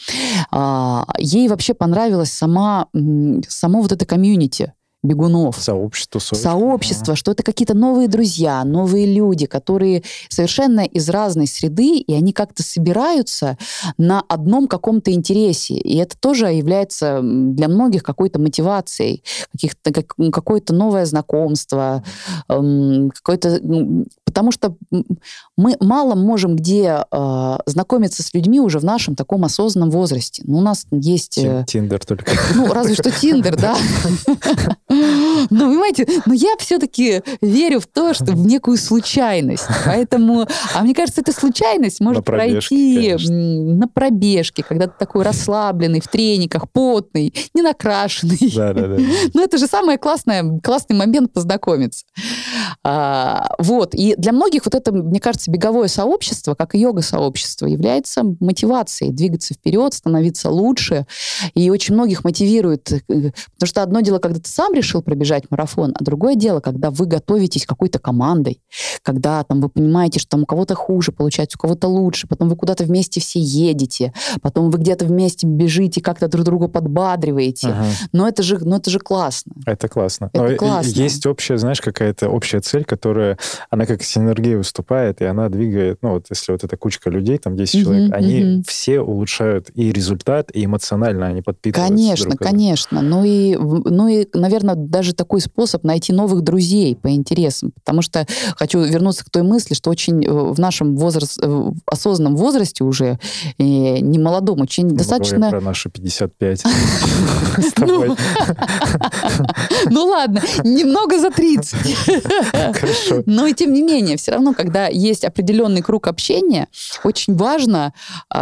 [SPEAKER 3] ей вообще понравилось сама, само вот это комьюнити бегунов.
[SPEAKER 4] Сообщество.
[SPEAKER 3] Сообщество, что это какие-то новые друзья, новые люди, которые совершенно из разной среды, и они как-то собираются на одном каком-то интересе. И это тоже является для многих какой-то мотивацией, каких-то, как, какое-то новое знакомство, эм, какое-то... Потому что мы мало можем где э, знакомиться с людьми уже в нашем таком осознанном возрасте. Ну, у нас есть...
[SPEAKER 4] Тиндер только.
[SPEAKER 3] Ну, разве что Тиндер, да. Ну, понимаете, но я все-таки верю в то, что в некую случайность. Поэтому, а мне кажется, эта случайность может на пройти на пробежке, когда ты такой расслабленный, в трениках, потный, не накрашенный.
[SPEAKER 4] Да, да, да.
[SPEAKER 3] Ну, это же самый классный, классный момент познакомиться. А, вот. И для многих вот это, мне кажется, беговое сообщество, как и йога-сообщество, является мотивацией двигаться вперед, становиться лучше. И очень многих мотивирует. Потому что одно дело, когда ты сам решил пробежать марафон, а другое дело, когда вы готовитесь какой-то командой, когда там вы понимаете, что там у кого-то хуже получается, у кого-то лучше, потом вы куда-то вместе все едете, потом вы где-то вместе бежите, как-то друг друга подбадриваете. Ага. Но это же, но это же классно.
[SPEAKER 4] Это классно.
[SPEAKER 3] Это
[SPEAKER 4] Но
[SPEAKER 3] классно.
[SPEAKER 4] Есть общая, знаешь, какая-то общая цель, которая, она как синергия выступает, и она двигает, ну вот если вот эта кучка людей, там десять uh-huh, человек, они uh-huh. все улучшают и результат, и эмоционально они подпитываются.
[SPEAKER 3] Конечно, конечно. Ну и, ну и, наверное, даже такой способ найти новых друзей по интересам. Потому что хочу вернуться к той мысли, что очень в нашем возраст, в осознанном возрасте уже, не молодом, очень
[SPEAKER 4] Мы
[SPEAKER 3] достаточно...
[SPEAKER 4] Мы про наши пятьдесят пять.
[SPEAKER 3] Ну ладно, немного за тридцать.
[SPEAKER 4] Хорошо.
[SPEAKER 3] Но и тем не менее, все равно, когда есть определенный круг общения, очень важно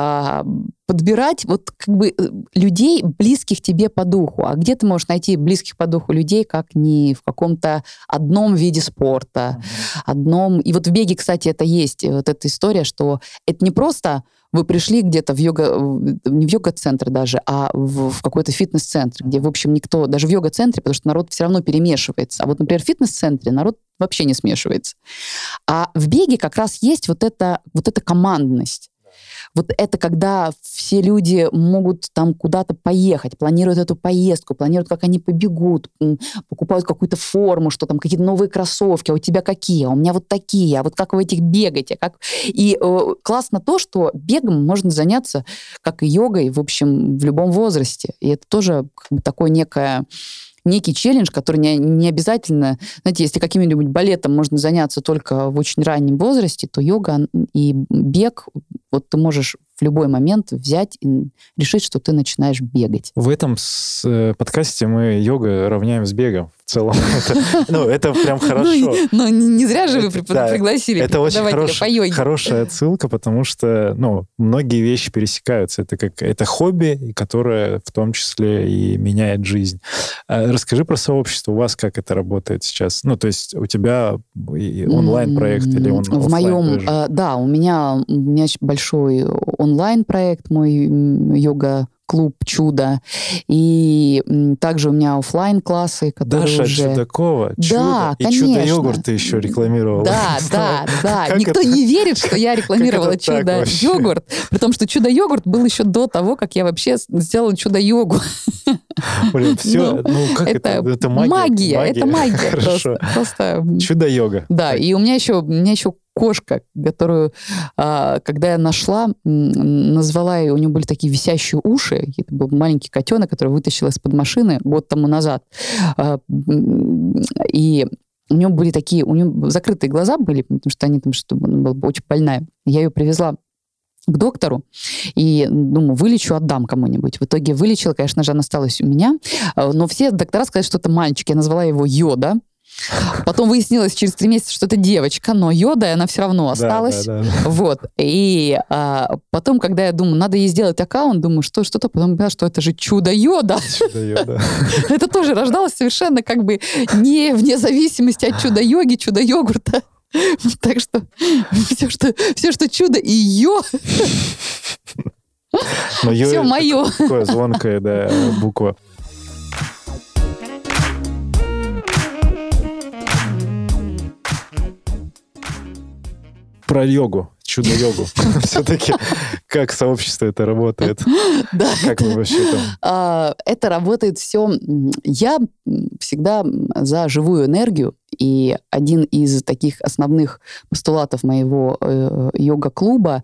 [SPEAKER 3] подбирать вот как бы людей, близких тебе по духу. А где ты можешь найти близких по духу людей, как не в каком-то одном виде спорта, mm-hmm. одном... И вот в беге, кстати, это есть, вот эта история, что это не просто вы пришли где-то в йога... Не в йога-центр даже, а в, в какой-то фитнес-центр, где, в общем, никто... Даже в йога-центре, потому что народ все равно перемешивается. А вот, например, в фитнес-центре народ вообще не смешивается. А в беге как раз есть вот эта, вот эта командность. Вот это когда все люди могут там куда-то поехать, планируют эту поездку, планируют, как они побегут, покупают какую-то форму, что там какие-то новые кроссовки, а у тебя какие, а у меня вот такие, а вот как вы этих бегаете. Как... И э, классно то, что бегом можно заняться, как и йогой, в общем, в любом возрасте. И это тоже как бы такое некое... некий челлендж, который не, не обязательно... Знаете, если каким-нибудь балетом можно заняться только в очень раннем возрасте, то йога и бег, вот ты можешь в любой момент взять и решить, что ты начинаешь бегать.
[SPEAKER 4] В этом с, э, подкасте мы йога равняем с бегом. В целом. Это, ну, это прям хорошо.
[SPEAKER 3] Ну, не зря же вы пригласили
[SPEAKER 4] это очень хорошая отсылка, потому что, ну, многие вещи пересекаются. Это как это хобби, которое в том числе и меняет жизнь. Расскажи про сообщество. У вас как это работает сейчас? Ну, то есть у тебя онлайн-проект или он
[SPEAKER 3] в моем, да, у меня у меня большой онлайн-проект, мой йога клуб «Чудо». И также у меня офлайн-классы, которые
[SPEAKER 4] Даша
[SPEAKER 3] уже...
[SPEAKER 4] Чудакова, «Чудо».
[SPEAKER 3] Да,
[SPEAKER 4] и
[SPEAKER 3] конечно.
[SPEAKER 4] «Чудо-йогурт» ты еще рекламировала.
[SPEAKER 3] Да, да, да. Никто не верит, что я рекламировала «Чудо-йогурт», при том, что «Чудо-йогурт» был еще до того, как я вообще сделала «Чудо-йогу».
[SPEAKER 4] Блин, все, ну как это? Это магия.
[SPEAKER 3] Магия, это магия.
[SPEAKER 4] Хорошо.
[SPEAKER 3] Просто...
[SPEAKER 4] Чудо-йога.
[SPEAKER 3] Да, и у меня еще, у меня еще кошка, которую, когда я нашла, назвала ее, у нее были такие висящие уши. Это был маленький котенок, который вытащила из-под машины год тому назад. И у нее были такие, у нее закрытые глаза были, потому что они там, что она была очень больная. Я ее привезла к доктору и, думаю, вылечу, отдам кому-нибудь. В итоге вылечила, конечно же, она осталась у меня. Но все доктора сказали, что это мальчик. Я назвала его Йода. Потом выяснилось через три месяца, что это девочка, но Йода, и она все равно осталась. Да, да, да. Вот. И а, потом, когда я думаю, надо ей сделать аккаунт, думаю, что что-то, потом поняла, что это же Чудо-Йода.
[SPEAKER 4] Чудо-Йода.
[SPEAKER 3] Это тоже рождалось совершенно как бы не вне зависимости от Чудо-йоги, Чудо-йогурта. Так что все, что, все, что чудо и йо, все мое.
[SPEAKER 4] Такое звонкое, да, буква. Про йогу чудо-йогу. Все-таки как сообщество это работает?
[SPEAKER 3] Да.
[SPEAKER 4] Как вы вообще там?
[SPEAKER 3] Это работает все... Я всегда за живую энергию, и один из таких основных постулатов моего йога-клуба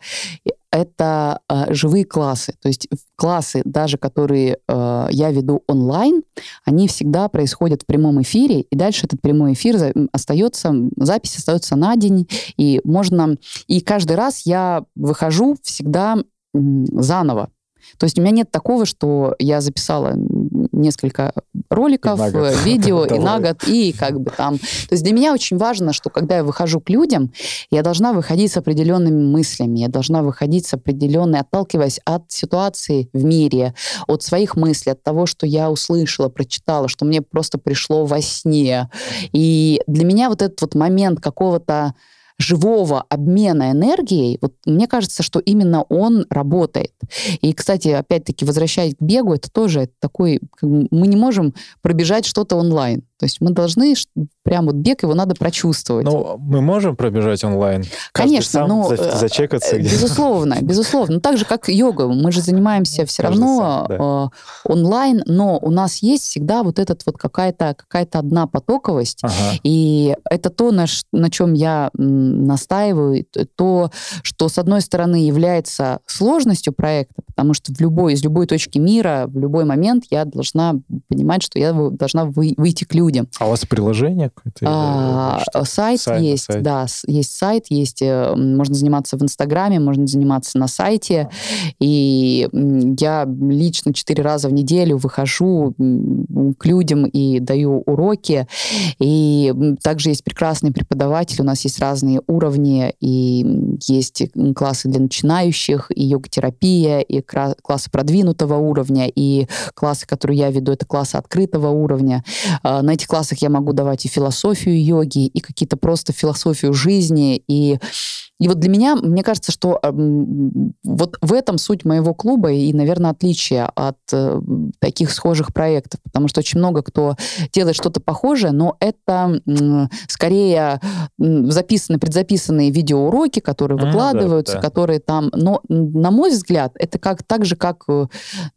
[SPEAKER 3] это э, живые классы. То есть классы, даже которые э, я веду онлайн, они всегда происходят в прямом эфире, и дальше этот прямой эфир за, остается, запись остается на день, и можно... И каждый раз я выхожу всегда м, заново. То есть у меня нет такого, что я записала несколько роликов, и видео и на год, и как бы там... То есть для меня очень важно, что когда я выхожу к людям, я должна выходить с определенными мыслями, я должна выходить с определенной, отталкиваясь от ситуации в мире, от своих мыслей, от того, что я услышала, прочитала, что мне просто пришло во сне. И для меня вот этот вот момент какого-то живого обмена энергией, вот мне кажется, что именно он работает. И, кстати, опять-таки, возвращаясь к бегу, это тоже это такой... Мы не можем пробежать что-то онлайн. То есть мы должны... Прям вот бег, его надо прочувствовать.
[SPEAKER 4] Ну, мы можем пробежать онлайн?
[SPEAKER 3] Конечно, но...
[SPEAKER 4] За, зачекаться где-то.
[SPEAKER 3] Безусловно, безусловно. Ну, так же, как йога. Мы же занимаемся все равно сам, да. э, онлайн, но у нас есть всегда вот этот вот какая-то, какая-то одна потоковость. Ага. И это то, на, на чем я настаиваю, то, что, с одной стороны, является сложностью проекта, потому что в любой, из любой точки мира, в любой момент я должна понимать, что я должна вы, выйти к людям.
[SPEAKER 4] А у вас приложение какое-то?
[SPEAKER 3] А, сайт, сайт есть, сайт. Да, есть сайт, есть, можно заниматься в Инстаграме, можно заниматься на сайте, и я лично четыре раза в неделю выхожу к людям и даю уроки, и также есть прекрасные преподаватели, у нас есть разные уровни, и есть классы для начинающих, и йога-терапия, и классы продвинутого уровня, и классы, которые я веду, это классы открытого уровня. На этих классах я могу давать и философию йоги, и какие-то просто философию жизни, и И вот для меня, мне кажется, что э, вот в этом суть моего клуба и, наверное, отличие от э, таких схожих проектов, потому что очень много кто делает что-то похожее, но это э, скорее записанные, предзаписанные видеоуроки, которые выкладываются, mm, да, да. которые там... Но, на мой взгляд, это как, так же, как э,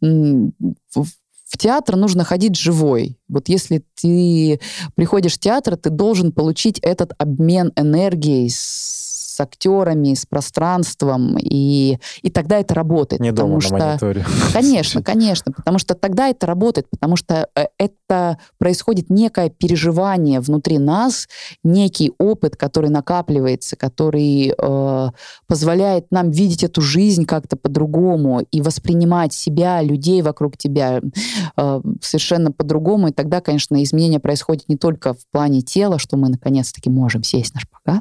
[SPEAKER 3] в В театр нужно ходить живой. Вот если ты приходишь в театр, ты должен получить этот обмен энергией с с актерами, с пространством, и, и тогда это работает.
[SPEAKER 4] Не дома
[SPEAKER 3] что...
[SPEAKER 4] на мониторе.
[SPEAKER 3] Конечно, конечно, потому что тогда это работает, потому что это происходит некое переживание внутри нас, некий опыт, который накапливается, который э, позволяет нам видеть эту жизнь как-то по-другому и воспринимать себя, людей вокруг тебя э, совершенно по-другому. И тогда, конечно, изменения происходят не только в плане тела, что мы наконец-таки можем сесть на шпагат,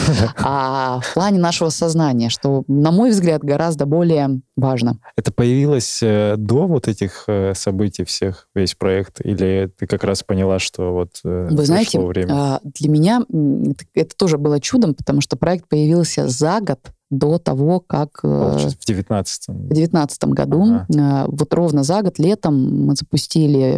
[SPEAKER 3] а в плане нашего сознания, что, на мой взгляд, гораздо более важно.
[SPEAKER 4] Это появилось до вот этих событий всех, весь проект? Или ты как раз поняла, что вот
[SPEAKER 3] Вы знаете, время? Для меня это тоже было чудом, потому что проект появился за год до того, как...
[SPEAKER 4] Получается, в девятнадцатом.
[SPEAKER 3] В девятнадцатом году. Ага. Вот ровно за год, летом, мы запустили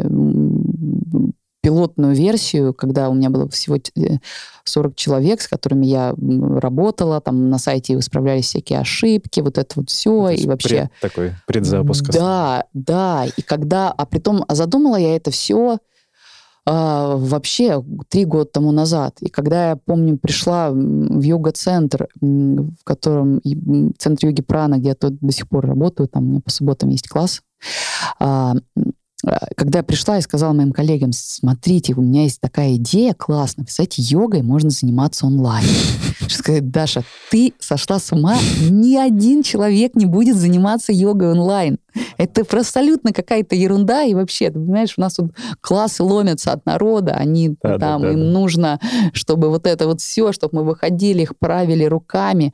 [SPEAKER 3] пилотную версию, когда у меня было всего сорок человек, с которыми я работала, там на сайте исправлялись всякие ошибки, вот это вот все, и вообще...
[SPEAKER 4] Пред, такой предзапуск.
[SPEAKER 3] Да, да, и когда... А притом задумала я это все а, вообще три года тому назад. И когда я, помню, пришла в йога-центр, в котором... В центре йоги Прана, где я тут до сих пор работаю, там у меня по субботам есть класс, а, когда я пришла и сказала моим коллегам: смотрите, у меня есть такая идея классная, представляете, йогой можно заниматься онлайн. Что сказать: Даша, ты сошла с ума, ни один человек не будет заниматься йогой онлайн. Это абсолютно какая-то ерунда, и вообще, ты понимаешь, у нас тут классы ломятся от народа, они да, там, да, да, им да. нужно, чтобы вот это вот все, чтобы мы выходили, их правили руками.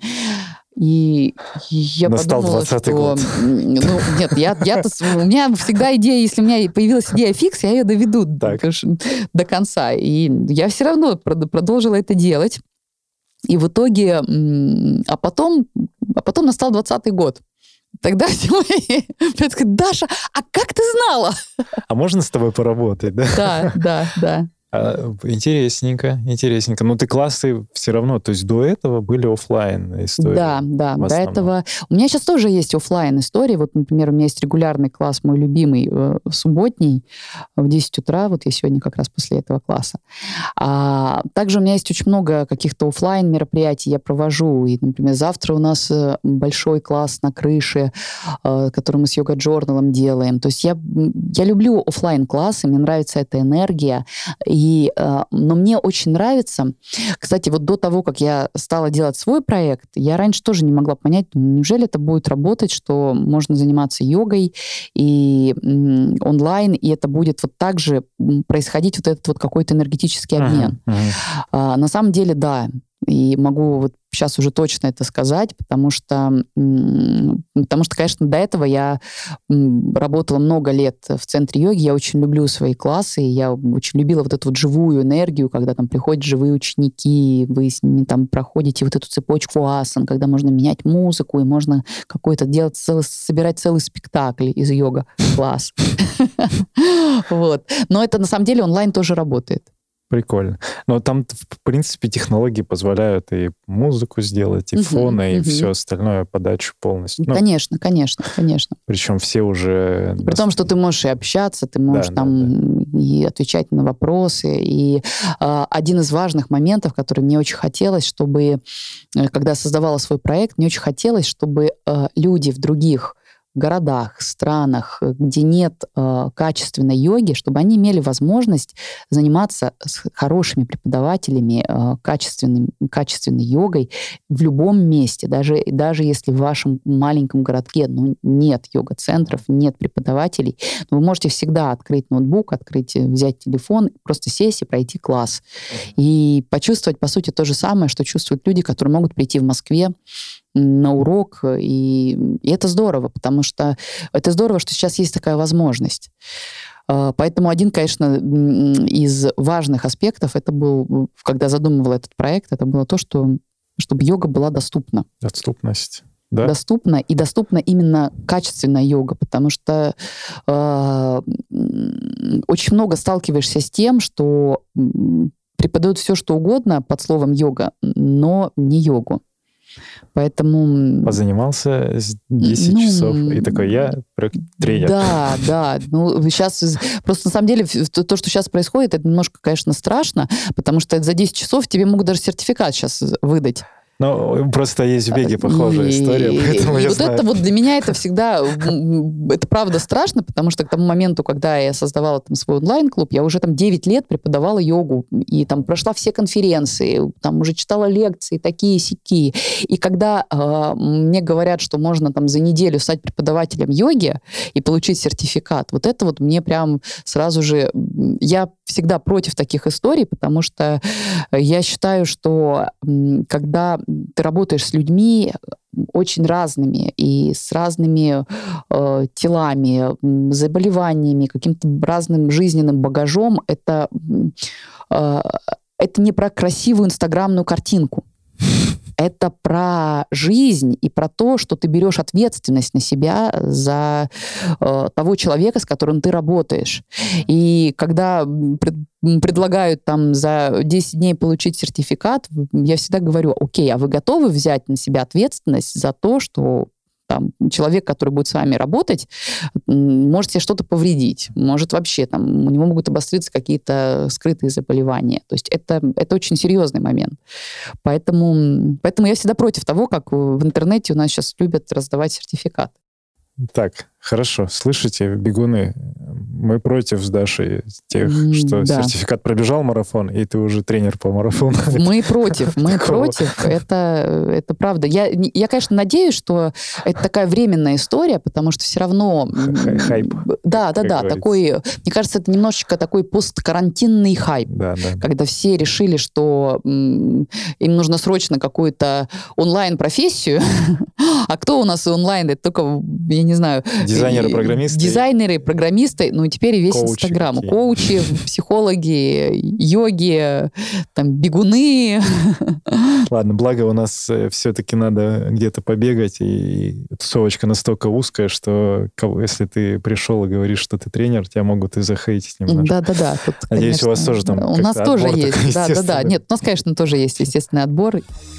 [SPEAKER 3] И я
[SPEAKER 4] Настал
[SPEAKER 3] подумала, что...
[SPEAKER 4] год.
[SPEAKER 3] Ну, нет, я, я, у меня всегда идея, если у меня появилась идея фикс, я ее доведу до, до конца. И я все равно продолжила это делать. И в итоге... А потом, а потом настал двадцатый год. Тогда все мои... Даша, а как ты знала?
[SPEAKER 4] А можно с тобой поработать, да?
[SPEAKER 3] Да, да, да.
[SPEAKER 4] А, интересненько, интересненько. Но ты классы все равно, то есть до этого были офлайн истории?
[SPEAKER 3] Да, да, до этого. У меня сейчас тоже есть офлайн истории. Вот, например, у меня есть регулярный класс, мой любимый, э, субботний, в десять утра. Вот я сегодня как раз после этого класса. А также у меня есть очень много каких-то офлайн мероприятий я провожу. И, например, завтра у нас большой класс на крыше, э, который мы с йога-джорналом делаем. То есть я, я люблю офлайн классы, мне нравится эта энергия. И, э, но мне очень нравится... Кстати, вот до того, как я стала делать свой проект, я раньше тоже не могла понять, неужели это будет работать, что можно заниматься йогой и м, онлайн, и это будет вот так же происходить вот этот вот какой-то энергетический обмен. Uh-huh, uh-huh. А, на самом деле, да. И могу вот сейчас уже точно это сказать, потому что, потому что, конечно, до этого я работала много лет в центре йоги, я очень люблю свои классы, я очень любила вот эту вот живую энергию, когда там приходят живые ученики, вы с ними там проходите вот эту цепочку асан, когда можно менять музыку, и можно какой-то делать, целый, собирать целый спектакль из йога-класс. Вот. Но это на самом деле онлайн тоже работает.
[SPEAKER 4] Прикольно. Но там, в принципе, технологии позволяют и музыку сделать, и uh-huh, фоны, uh-huh. и все остальное, подачу полностью. Ну,
[SPEAKER 3] конечно, конечно, конечно.
[SPEAKER 4] Причем все уже...
[SPEAKER 3] При том, что ты можешь и общаться, ты можешь да, там да, да. и отвечать на вопросы. И э, один из важных моментов, который мне очень хотелось, чтобы, э, когда создавала свой проект, мне очень хотелось, чтобы э, люди в других городах, странах, где нет э, качественной йоги, чтобы они имели возможность заниматься с хорошими преподавателями э, качественной, качественной йогой в любом месте, даже, даже если в вашем маленьком городке ну, нет йога-центров, нет преподавателей, но вы можете всегда открыть ноутбук, открыть, взять телефон, просто сесть и пройти класс. И почувствовать, по сути, то же самое, что чувствуют люди, которые могут прийти в Москве на урок, и, и это здорово, потому что это здорово, что сейчас есть такая возможность. Поэтому один, конечно, из важных аспектов, это был, когда задумывала этот проект, это было то, что, чтобы йога была доступна.
[SPEAKER 4] Доступность. Да?
[SPEAKER 3] Доступна, и доступна именно качественная йога, потому что э, очень много сталкиваешься с тем, что преподают все, что угодно под словом йога, но не йогу. Поэтому...
[SPEAKER 4] Позанимался десять ну, часов, и такой, я тренер.
[SPEAKER 3] Да, да. Ну, сейчас... Просто на самом деле то, что сейчас происходит, это немножко, конечно, страшно, потому что за десять часов тебе могут даже сертификат сейчас выдать.
[SPEAKER 4] Ну, просто есть в беге похожая и, история, поэтому
[SPEAKER 3] и
[SPEAKER 4] я
[SPEAKER 3] вот
[SPEAKER 4] знаю.
[SPEAKER 3] Это вот для меня это всегда, это правда страшно, потому что к тому моменту, когда я создавала там свой онлайн-клуб, я уже там девять лет преподавала йогу, и там прошла все конференции, там уже читала лекции, такие-сякие. И когда э, мне говорят, что можно там за неделю стать преподавателем йоги и получить сертификат, вот это вот мне прям сразу же... Я всегда против таких историй, потому что я считаю, что когда ты работаешь с людьми очень разными и с разными э, телами, заболеваниями, каким-то разным жизненным багажом, это, э, это не про красивую инстаграмную картинку. Это про жизнь и про то, что ты берешь ответственность на себя за э, того человека, с которым ты работаешь. И когда пред, предлагают там за десять дней получить сертификат, я всегда говорю, окей, а вы готовы взять на себя ответственность за то, что там, человек, который будет с вами работать, может себе что-то повредить, может вообще там, у него могут обостриться какие-то скрытые заболевания. То есть это, это очень серьезный момент. Поэтому, поэтому я всегда против того, как в интернете у нас сейчас любят раздавать сертификаты.
[SPEAKER 4] Так, хорошо. Слышите, бегуны, мы против с Дашей тех, что да. сертификат пробежал марафон, и ты уже тренер по марафону.
[SPEAKER 3] Мы против, мы против. Это, это правда. Я, я, конечно, надеюсь, что это такая временная история, потому что все равно...
[SPEAKER 4] Хайп.
[SPEAKER 3] Да, да, да. Такой, мне кажется, это немножечко такой посткарантинный хайп,
[SPEAKER 4] да, да.
[SPEAKER 3] когда все решили, что м, им нужно срочно какую-то онлайн-профессию. А кто у нас онлайн? Это только... Я я не знаю...
[SPEAKER 4] Дизайнеры, программисты.
[SPEAKER 3] Дизайнеры, программисты, ну, теперь и весь
[SPEAKER 4] коучи
[SPEAKER 3] Инстаграм.
[SPEAKER 4] какие.
[SPEAKER 3] Коучи, психологи, йоги, там, бегуны.
[SPEAKER 4] Ладно, благо у нас все-таки надо где-то побегать, и тусовочка настолько узкая, что если ты пришел и говоришь, что ты тренер, тебя могут и захейтить немножко.
[SPEAKER 3] Да-да-да. Тут,
[SPEAKER 4] Надеюсь,
[SPEAKER 3] конечно,
[SPEAKER 4] у вас тоже там
[SPEAKER 3] у нас тоже есть. Да-да-да. Нет, у нас, конечно, тоже есть естественный отбор.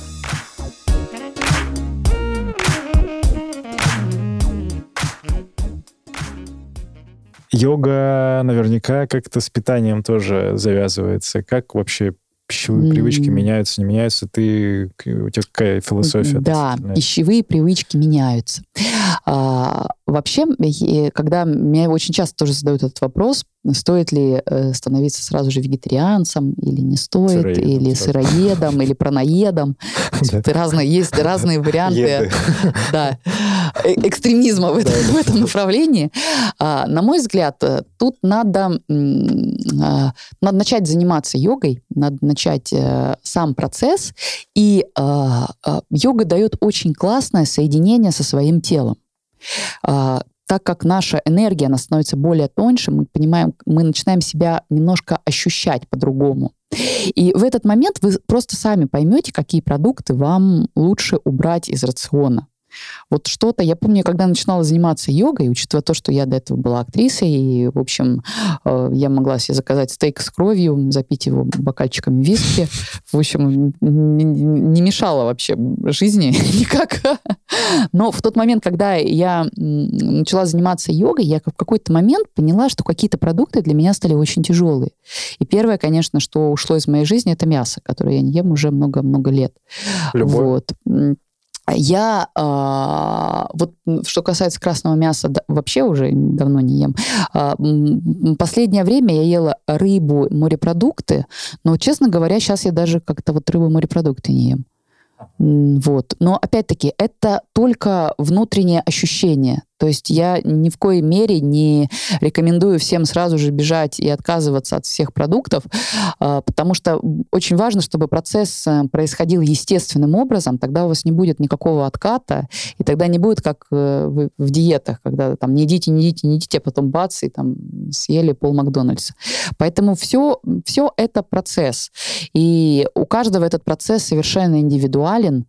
[SPEAKER 4] Йога наверняка как-то с питанием тоже завязывается. Как вообще пищевые mm. привычки меняются, не меняются? Ты, у тебя какая философия?
[SPEAKER 3] Да, пищевые привычки меняются. А, вообще, когда мне очень часто тоже задают этот вопрос, стоит ли становиться сразу же вегетарианцем или не стоит, сыроедом, или сыроедом, или праноедом. Разные, есть разные варианты да, экстремизма в этом, в этом направлении. А, на мой взгляд, тут надо, надо начать заниматься йогой, надо начать э, сам процесс, и э, э, йога дает очень классное соединение со своим телом. Э, так как наша энергия, она становится более тоньше, мы понимаем, мы начинаем себя немножко ощущать по-другому. И в этот момент вы просто сами поймете, какие продукты вам лучше убрать из рациона. Вот что-то, я помню, когда начинала заниматься йогой, учитывая то, что я до этого была актрисой, и, в общем, я могла себе заказать стейк с кровью, запить его бокальчиком виски. В общем, не мешало вообще жизни никак. Но в тот момент, когда я начала заниматься йогой, я в какой-то момент поняла, что какие-то продукты для меня стали очень тяжелые. И первое, конечно, что ушло из моей жизни, это мясо, которое я не ем уже много-много лет.
[SPEAKER 4] Любое?
[SPEAKER 3] Вот. Я, э, вот что касается красного мяса, да, вообще уже давно не ем. Э, последнее время я ела рыбу, морепродукты, но, честно говоря, сейчас я даже как-то вот рыбу, морепродукты не ем. Вот. Но, опять-таки, это только внутреннее ощущение. То есть я ни в коей мере не рекомендую всем сразу же бежать и отказываться от всех продуктов, потому что очень важно, чтобы процесс происходил естественным образом, тогда у вас не будет никакого отката, и тогда не будет как в диетах, когда там не едите, не едите, не едите, а потом бац, и там съели пол Макдональдса. Поэтому все, все это процесс. И у каждого этот процесс совершенно индивидуален,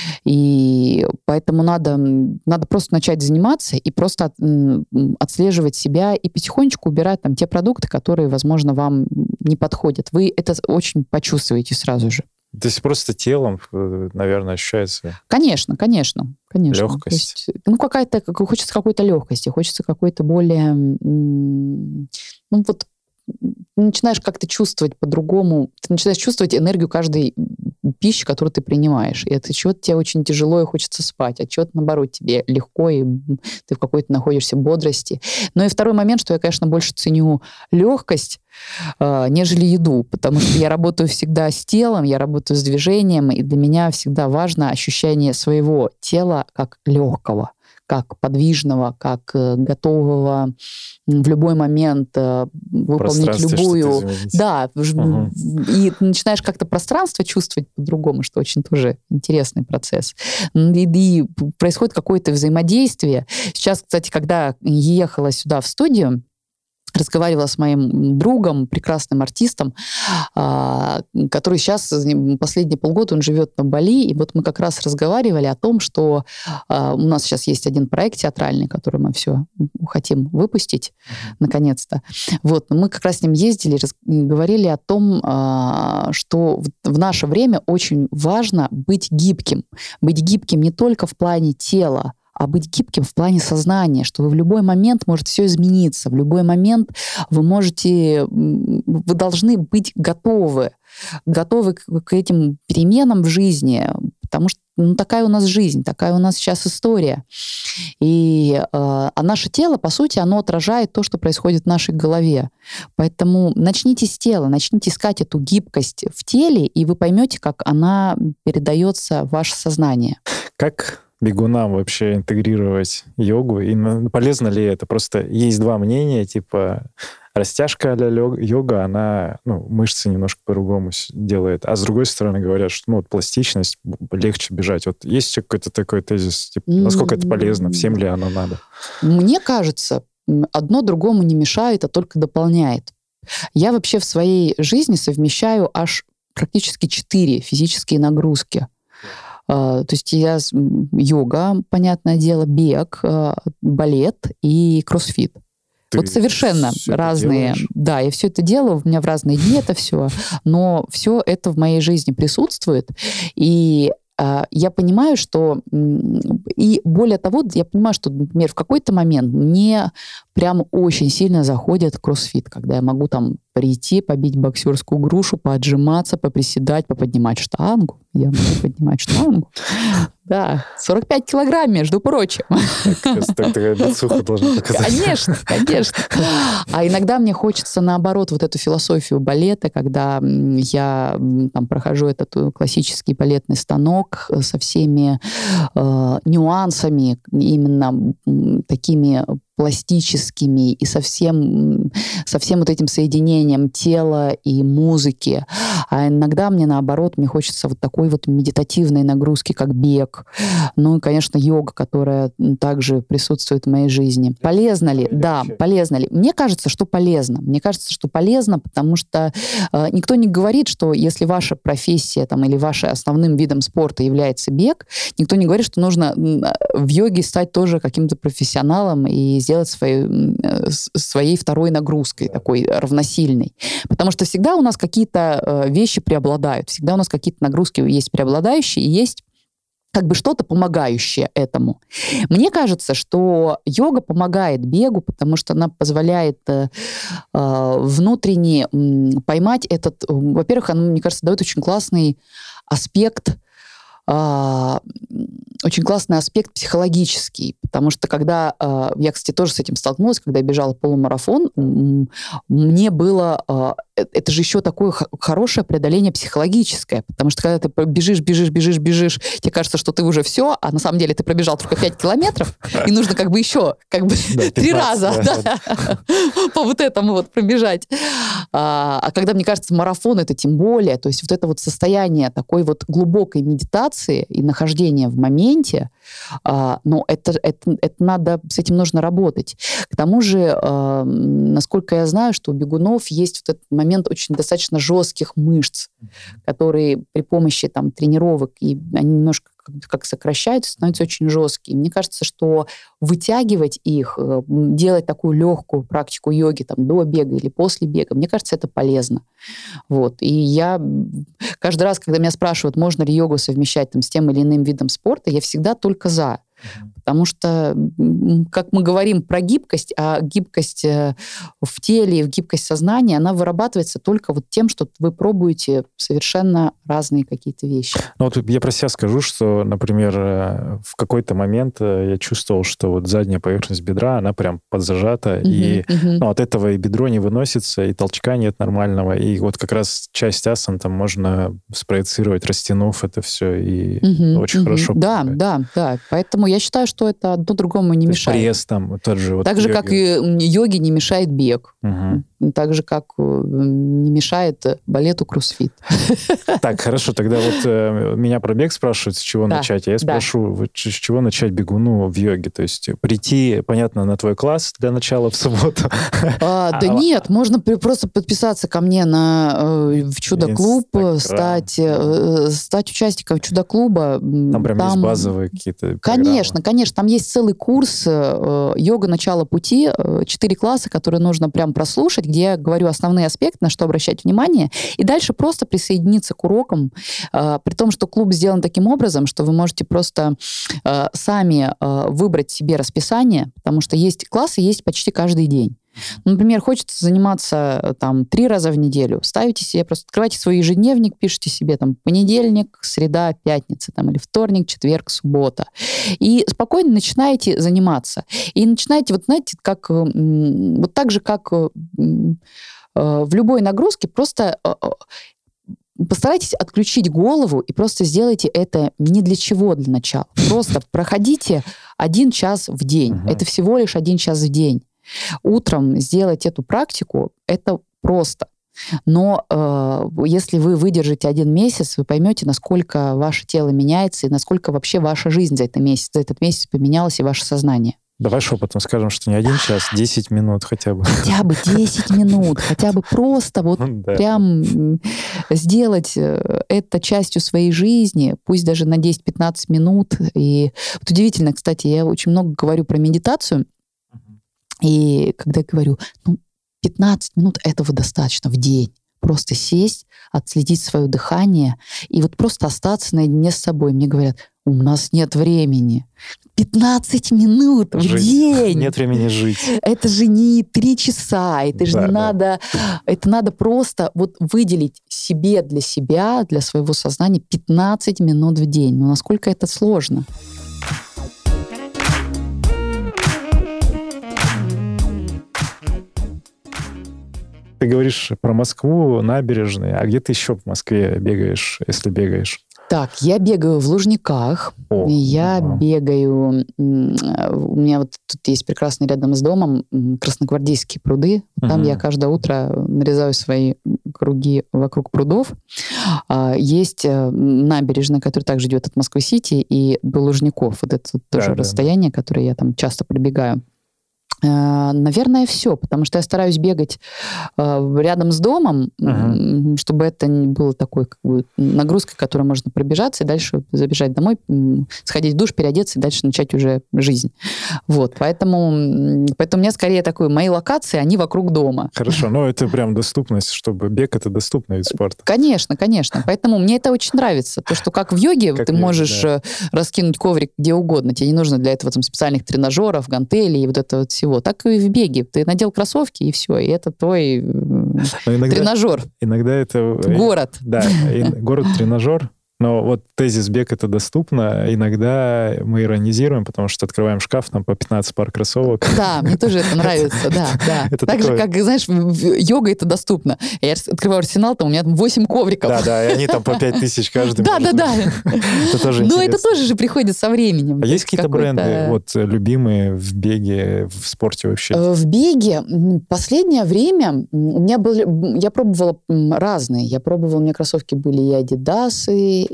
[SPEAKER 3] и поэтому надо, надо просто начать заниматься и просто от, отслеживать себя и потихонечку убирать там те продукты, которые, возможно, вам не подходят. Вы это очень почувствуете сразу же.
[SPEAKER 4] То есть просто телом, наверное, ощущается...
[SPEAKER 3] Конечно, конечно. конечно.
[SPEAKER 4] Легкость.
[SPEAKER 3] Есть, ну, какая-то... Хочется какой-то легкости, хочется какой-то более... Ну, вот начинаешь как-то чувствовать по-другому. Ты начинаешь чувствовать энергию каждой пищи, которую ты принимаешь. И от чего-то тебе очень тяжело и хочется спать, а чего-то, наоборот, тебе легко, и ты в какой-то находишься бодрости. Но и второй момент, что я, конечно, больше ценю легкость, э, нежели еду, потому что я работаю всегда с телом, я работаю с движением, и для меня всегда важно ощущение своего тела как легкого, как подвижного, как э, готового в любой момент э, выполнить любую... Да, угу. И ты начинаешь как-то пространство чувствовать по-другому, что очень тоже интересный процесс. И, и происходит какое-то взаимодействие. Сейчас, кстати, когда ехала сюда в студию, разговаривала с моим другом, прекрасным артистом, который сейчас, последние полгода, он живет на Бали, и вот мы как раз разговаривали о том, что у нас сейчас есть один проект театральный, который мы все хотим выпустить, mm-hmm. наконец-то. Вот, мы как раз с ним ездили, говорили о том, что в наше время очень важно быть гибким. Быть гибким не только в плане тела, а быть гибким в плане сознания, что вы в любой момент может все измениться, в любой момент вы можете, вы должны быть готовы, готовы к, к этим переменам в жизни, потому что ну, такая у нас жизнь, такая у нас сейчас история. И, э, а наше тело, по сути, оно отражает то, что происходит в нашей голове. Поэтому начните с тела, начните искать эту гибкость в теле, и вы поймете, как она передается в ваше сознание.
[SPEAKER 4] Как бегунам вообще интегрировать йогу? И полезно ли это? Просто есть два мнения, типа растяжка а-ля йога, она ну, мышцы немножко по-другому делает. А с другой стороны говорят, что ну, вот пластичность, легче бежать. Вот есть какой-то такой тезис? Типа, насколько это полезно? Всем ли оно надо?
[SPEAKER 3] Мне кажется, одно другому не мешает, а только дополняет. Я вообще в своей жизни совмещаю аж практически четыре физические нагрузки. То есть я йога, понятное дело, бег, балет и кроссфит. Ты вот совершенно разные. Да, я все это делаю, у меня в разные дни это все, но все это в моей жизни присутствует. И э, я понимаю, что... И более того, я понимаю, что, например, в какой-то момент мне прям очень сильно заходит кроссфит, когда я могу там прийти, побить боксерскую грушу, поотжиматься, поприседать, поподнимать штангу. Я могу поднимать штангу. Да, сорок пять килограмм, между прочим.
[SPEAKER 4] Так такая бицуха должна показать.
[SPEAKER 3] Конечно, конечно. А иногда мне хочется, наоборот, вот эту философию балета, когда я там прохожу этот классический балетный станок со всеми э, нюансами, именно такими пластическими и со всем, со всем вот этим соединением тела и музыки. А иногда мне, наоборот, мне хочется вот такой вот медитативной нагрузки, как бег. Ну и, конечно, йога, которая также присутствует в моей жизни. Полезно ли? Да, полезно ли? Мне кажется, что полезно. Мне кажется, что полезно, потому что э, никто не говорит, что если ваша профессия там, или вашим основным видом спорта является бег, никто не говорит, что нужно в йоге стать тоже каким-то профессионалом и сделать свою, своей второй нагрузкой, такой равносильной. Потому что всегда у нас какие-то вещи преобладают, всегда у нас какие-то нагрузки есть преобладающие, и есть как бы что-то помогающее этому. Мне кажется, что йога помогает бегу, потому что она позволяет э, внутренне поймать этот... Во-первых, она, мне кажется, дает очень классный аспект Uh, очень классный аспект психологический, потому что когда, uh, я, кстати, тоже с этим столкнулась, когда я бежала полумарафон, мне было, uh, это же еще такое хорошее преодоление психологическое, потому что когда ты бежишь, бежишь, бежишь, бежишь, тебе кажется, что ты уже все, а на самом деле ты пробежал только пять километров, и нужно как бы еще как бы три раза по вот этому вот пробежать. А когда, мне кажется, марафон, это тем более, то есть вот это вот состояние такой вот глубокой медитации и нахождение в моменте, э, но это, это, это надо, с этим нужно работать. К тому же, э, насколько я знаю, что у бегунов есть вот этот момент очень достаточно жестких мышц, которые при помощи там, тренировок, и они немножко как сокращаются, становятся очень жесткие. Мне кажется, что вытягивать их, делать такую легкую практику йоги там, до бега или после бега, мне кажется, это полезно. Вот. И я каждый раз, когда меня спрашивают, можно ли йогу совмещать там, с тем или иным видом спорта, я всегда только за. Потому что, как мы говорим про гибкость, а гибкость в теле и в гибкость сознания, она вырабатывается только вот тем, что вы пробуете совершенно разные какие-то вещи.
[SPEAKER 4] Ну вот я про себя скажу, что, например, в какой-то момент я чувствовал, что вот задняя поверхность бедра, она прям подзажата, uh-huh, и uh-huh. Ну, от этого и бедро не выносится, и толчка нет нормального, и вот как раз часть асан там можно спроецировать, растянув это все, и uh-huh, очень uh-huh. хорошо
[SPEAKER 3] Да, помогает. да, да. Поэтому я считаю, что это одно другому не
[SPEAKER 4] То
[SPEAKER 3] мешает.
[SPEAKER 4] Пресс там, тот же вот
[SPEAKER 3] так же, как и йоге не мешает бег.
[SPEAKER 4] Угу.
[SPEAKER 3] Так же, как не мешает балету кроссфит.
[SPEAKER 4] Так, хорошо, тогда вот э, меня про бег спрашивают, с чего да, начать. А я спрошу, да. вот, с чего начать бегуну в йоге? То есть прийти, понятно, на твой класс для начала в субботу?
[SPEAKER 3] А, да а, нет, можно просто подписаться ко мне на, э, в Чудо-клуб, стать, э, стать участником Чудо-клуба.
[SPEAKER 4] Там прям там... есть базовые какие-то
[SPEAKER 3] Конечно,
[SPEAKER 4] программы.
[SPEAKER 3] конечно. Там есть целый курс э, «Йога. Начало пути», четыре класса, которые нужно прям прослушать, где я говорю основные аспекты, на что обращать внимание, и дальше просто присоединиться к урокам, э, при том, что клуб сделан таким образом, что вы можете просто э, сами э, выбрать себе расписание, потому что есть классы, есть почти каждый день. Например, хочется заниматься там три раза в неделю, ставите себе, просто открывайте свой ежедневник, пишите себе там понедельник, среда, пятница, там, или вторник, четверг, суббота. И спокойно начинаете заниматься. И начинаете, вот знаете, как, вот так же, как в любой нагрузке, просто постарайтесь отключить голову и просто сделайте это не для чего для начала. Просто проходите один час в день. Uh-huh. Это всего лишь один час в день. Утром сделать эту практику – это просто. Но э, если вы выдержите один месяц, вы поймете, насколько ваше тело меняется и насколько вообще ваша жизнь за этот месяц, за этот месяц поменялась и ваше сознание.
[SPEAKER 4] Давай шепотом скажем, что не один час, десять минут хотя бы.
[SPEAKER 3] Хотя бы десять минут, хотя бы просто вот ну, да. прям сделать это частью своей жизни, пусть даже на десять-пятнадцать минут. И вот удивительно, кстати, я очень много говорю про медитацию, и когда я говорю, ну, пятнадцать минут этого достаточно в день. Просто сесть, отследить свое дыхание и вот просто остаться наедине с собой. Мне говорят, у нас нет времени. пятнадцать минут в
[SPEAKER 4] жить.
[SPEAKER 3] день.
[SPEAKER 4] Нет времени жить.
[SPEAKER 3] Это же не три часа. Это же да, не да. надо... Это надо просто вот выделить себе для себя, для своего сознания пятнадцать минут в день. Ну, насколько это сложно?
[SPEAKER 4] Ты говоришь про Москву, набережные. А где ты еще в Москве бегаешь, если бегаешь?
[SPEAKER 3] Так, я бегаю в Лужниках. О, я да. бегаю... У меня вот тут есть прекрасный рядом с домом Красногвардейские пруды. Там угу. я каждое утро нарезаю свои круги вокруг прудов. Есть набережная, которая также идет от Москвы-Сити и до Лужников. Вот это тоже да, расстояние, да. которое я там часто пробегаю. Наверное, все, потому что я стараюсь бегать э, рядом с домом, uh-huh. чтобы это не было такой как бы, нагрузкой, которой можно пробежаться и дальше забежать домой, сходить в душ, переодеться и дальше начать уже жизнь. Вот, поэтому, поэтому у меня скорее такое, мои локации, они вокруг дома.
[SPEAKER 4] Хорошо, но это прям доступность, чтобы бег — это доступный вид спорта.
[SPEAKER 3] Конечно, конечно. Поэтому мне это очень нравится. То, что как в йоге как ты йоги, можешь да. раскинуть коврик где угодно, тебе не нужно для этого там, специальных тренажеров, гантелей и вот это вот всего. Так и в беге. Ты надел кроссовки, и все. И это твой иногда, тренажер.
[SPEAKER 4] Иногда это...
[SPEAKER 3] Город.
[SPEAKER 4] Да, город-тренажер. Но вот тезис «бег — это доступно». Иногда мы иронизируем, потому что открываем шкаф, там по пятнадцать пар кроссовок.
[SPEAKER 3] Да, мне тоже это нравится, да, да. Это так такое... же, как, знаешь, йога — это доступно. Я открываю арсенал, там у меня там восемь ковриков.
[SPEAKER 4] Да, да, и они там по пять тысяч каждый.
[SPEAKER 3] Да, да, да.
[SPEAKER 4] Это тоже
[SPEAKER 3] интересно. Но это тоже же приходит со временем.
[SPEAKER 4] А есть какие-то бренды вот любимые в беге, в спорте вообще?
[SPEAKER 3] В беге последнее время у меня были... Я пробовала разные. Я пробовала, у меня кроссовки были и Адидасы,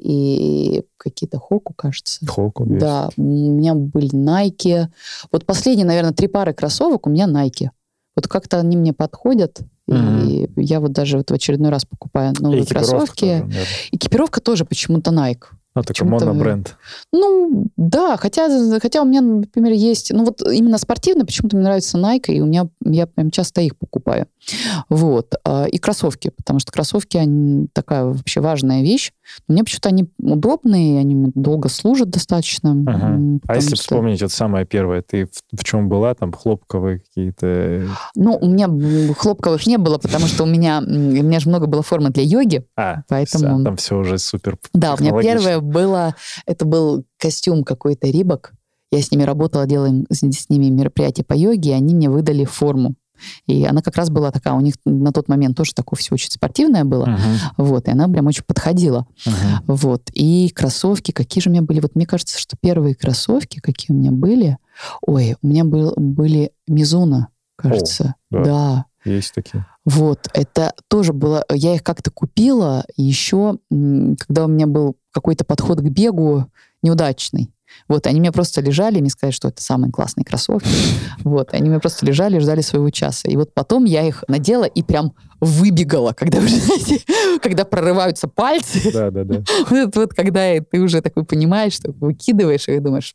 [SPEAKER 3] и какие-то Хоку, кажется.
[SPEAKER 4] Хоку,
[SPEAKER 3] да. У меня были Nike. Вот последние, наверное, три пары кроссовок у меня Nike. Вот как-то они мне подходят. Mm-hmm. И я вот даже вот в очередной раз покупаю новые кроссовки. Тоже, экипировка тоже почему-то Nike.
[SPEAKER 4] Ну, такой монобренд.
[SPEAKER 3] Ну, да, хотя, хотя у меня, например, есть... Ну, вот именно спортивно почему-то мне нравится Nike, и у меня я прям часто их покупаю. Вот. И кроссовки, потому что кроссовки, они такая вообще важная вещь. Мне почему-то они удобные, они долго служат достаточно.
[SPEAKER 4] Ага. А если что... вспомнить вот самое первое, ты в, в чем была? Там хлопковые какие-то...
[SPEAKER 3] Ну, у меня хлопковых не было, потому что у меня, у меня же много было формы для йоги.
[SPEAKER 4] А, поэтому... все, там все уже супер.
[SPEAKER 3] Да, у меня первое было, это был костюм какой-то Рибок. Я с ними работала, делала с, с ними мероприятия по йоге, и они мне выдали форму. И она как раз была такая, у них на тот момент тоже такое все очень спортивное было. Uh-huh. Вот, и она прям очень подходила. Uh-huh. Вот. И кроссовки, какие же у меня были? Вот мне кажется, что первые кроссовки, какие у меня были... Ой, у меня был, были Мизуна, кажется.
[SPEAKER 4] Oh, да.
[SPEAKER 3] да.
[SPEAKER 4] Есть такие.
[SPEAKER 3] Вот, это тоже было... Я их как-то купила еще, когда у меня был какой-то подход к бегу неудачный. Вот, они у меня просто лежали, мне сказали, что это самые классные кроссовки. Вот, они у меня просто лежали, ждали своего часа. И вот потом я их надела и прям выбегала, когда уже, знаете, когда прорываются пальцы.
[SPEAKER 4] Да, да, да.
[SPEAKER 3] Вот, вот когда ты уже такой понимаешь, что выкидываешь и думаешь,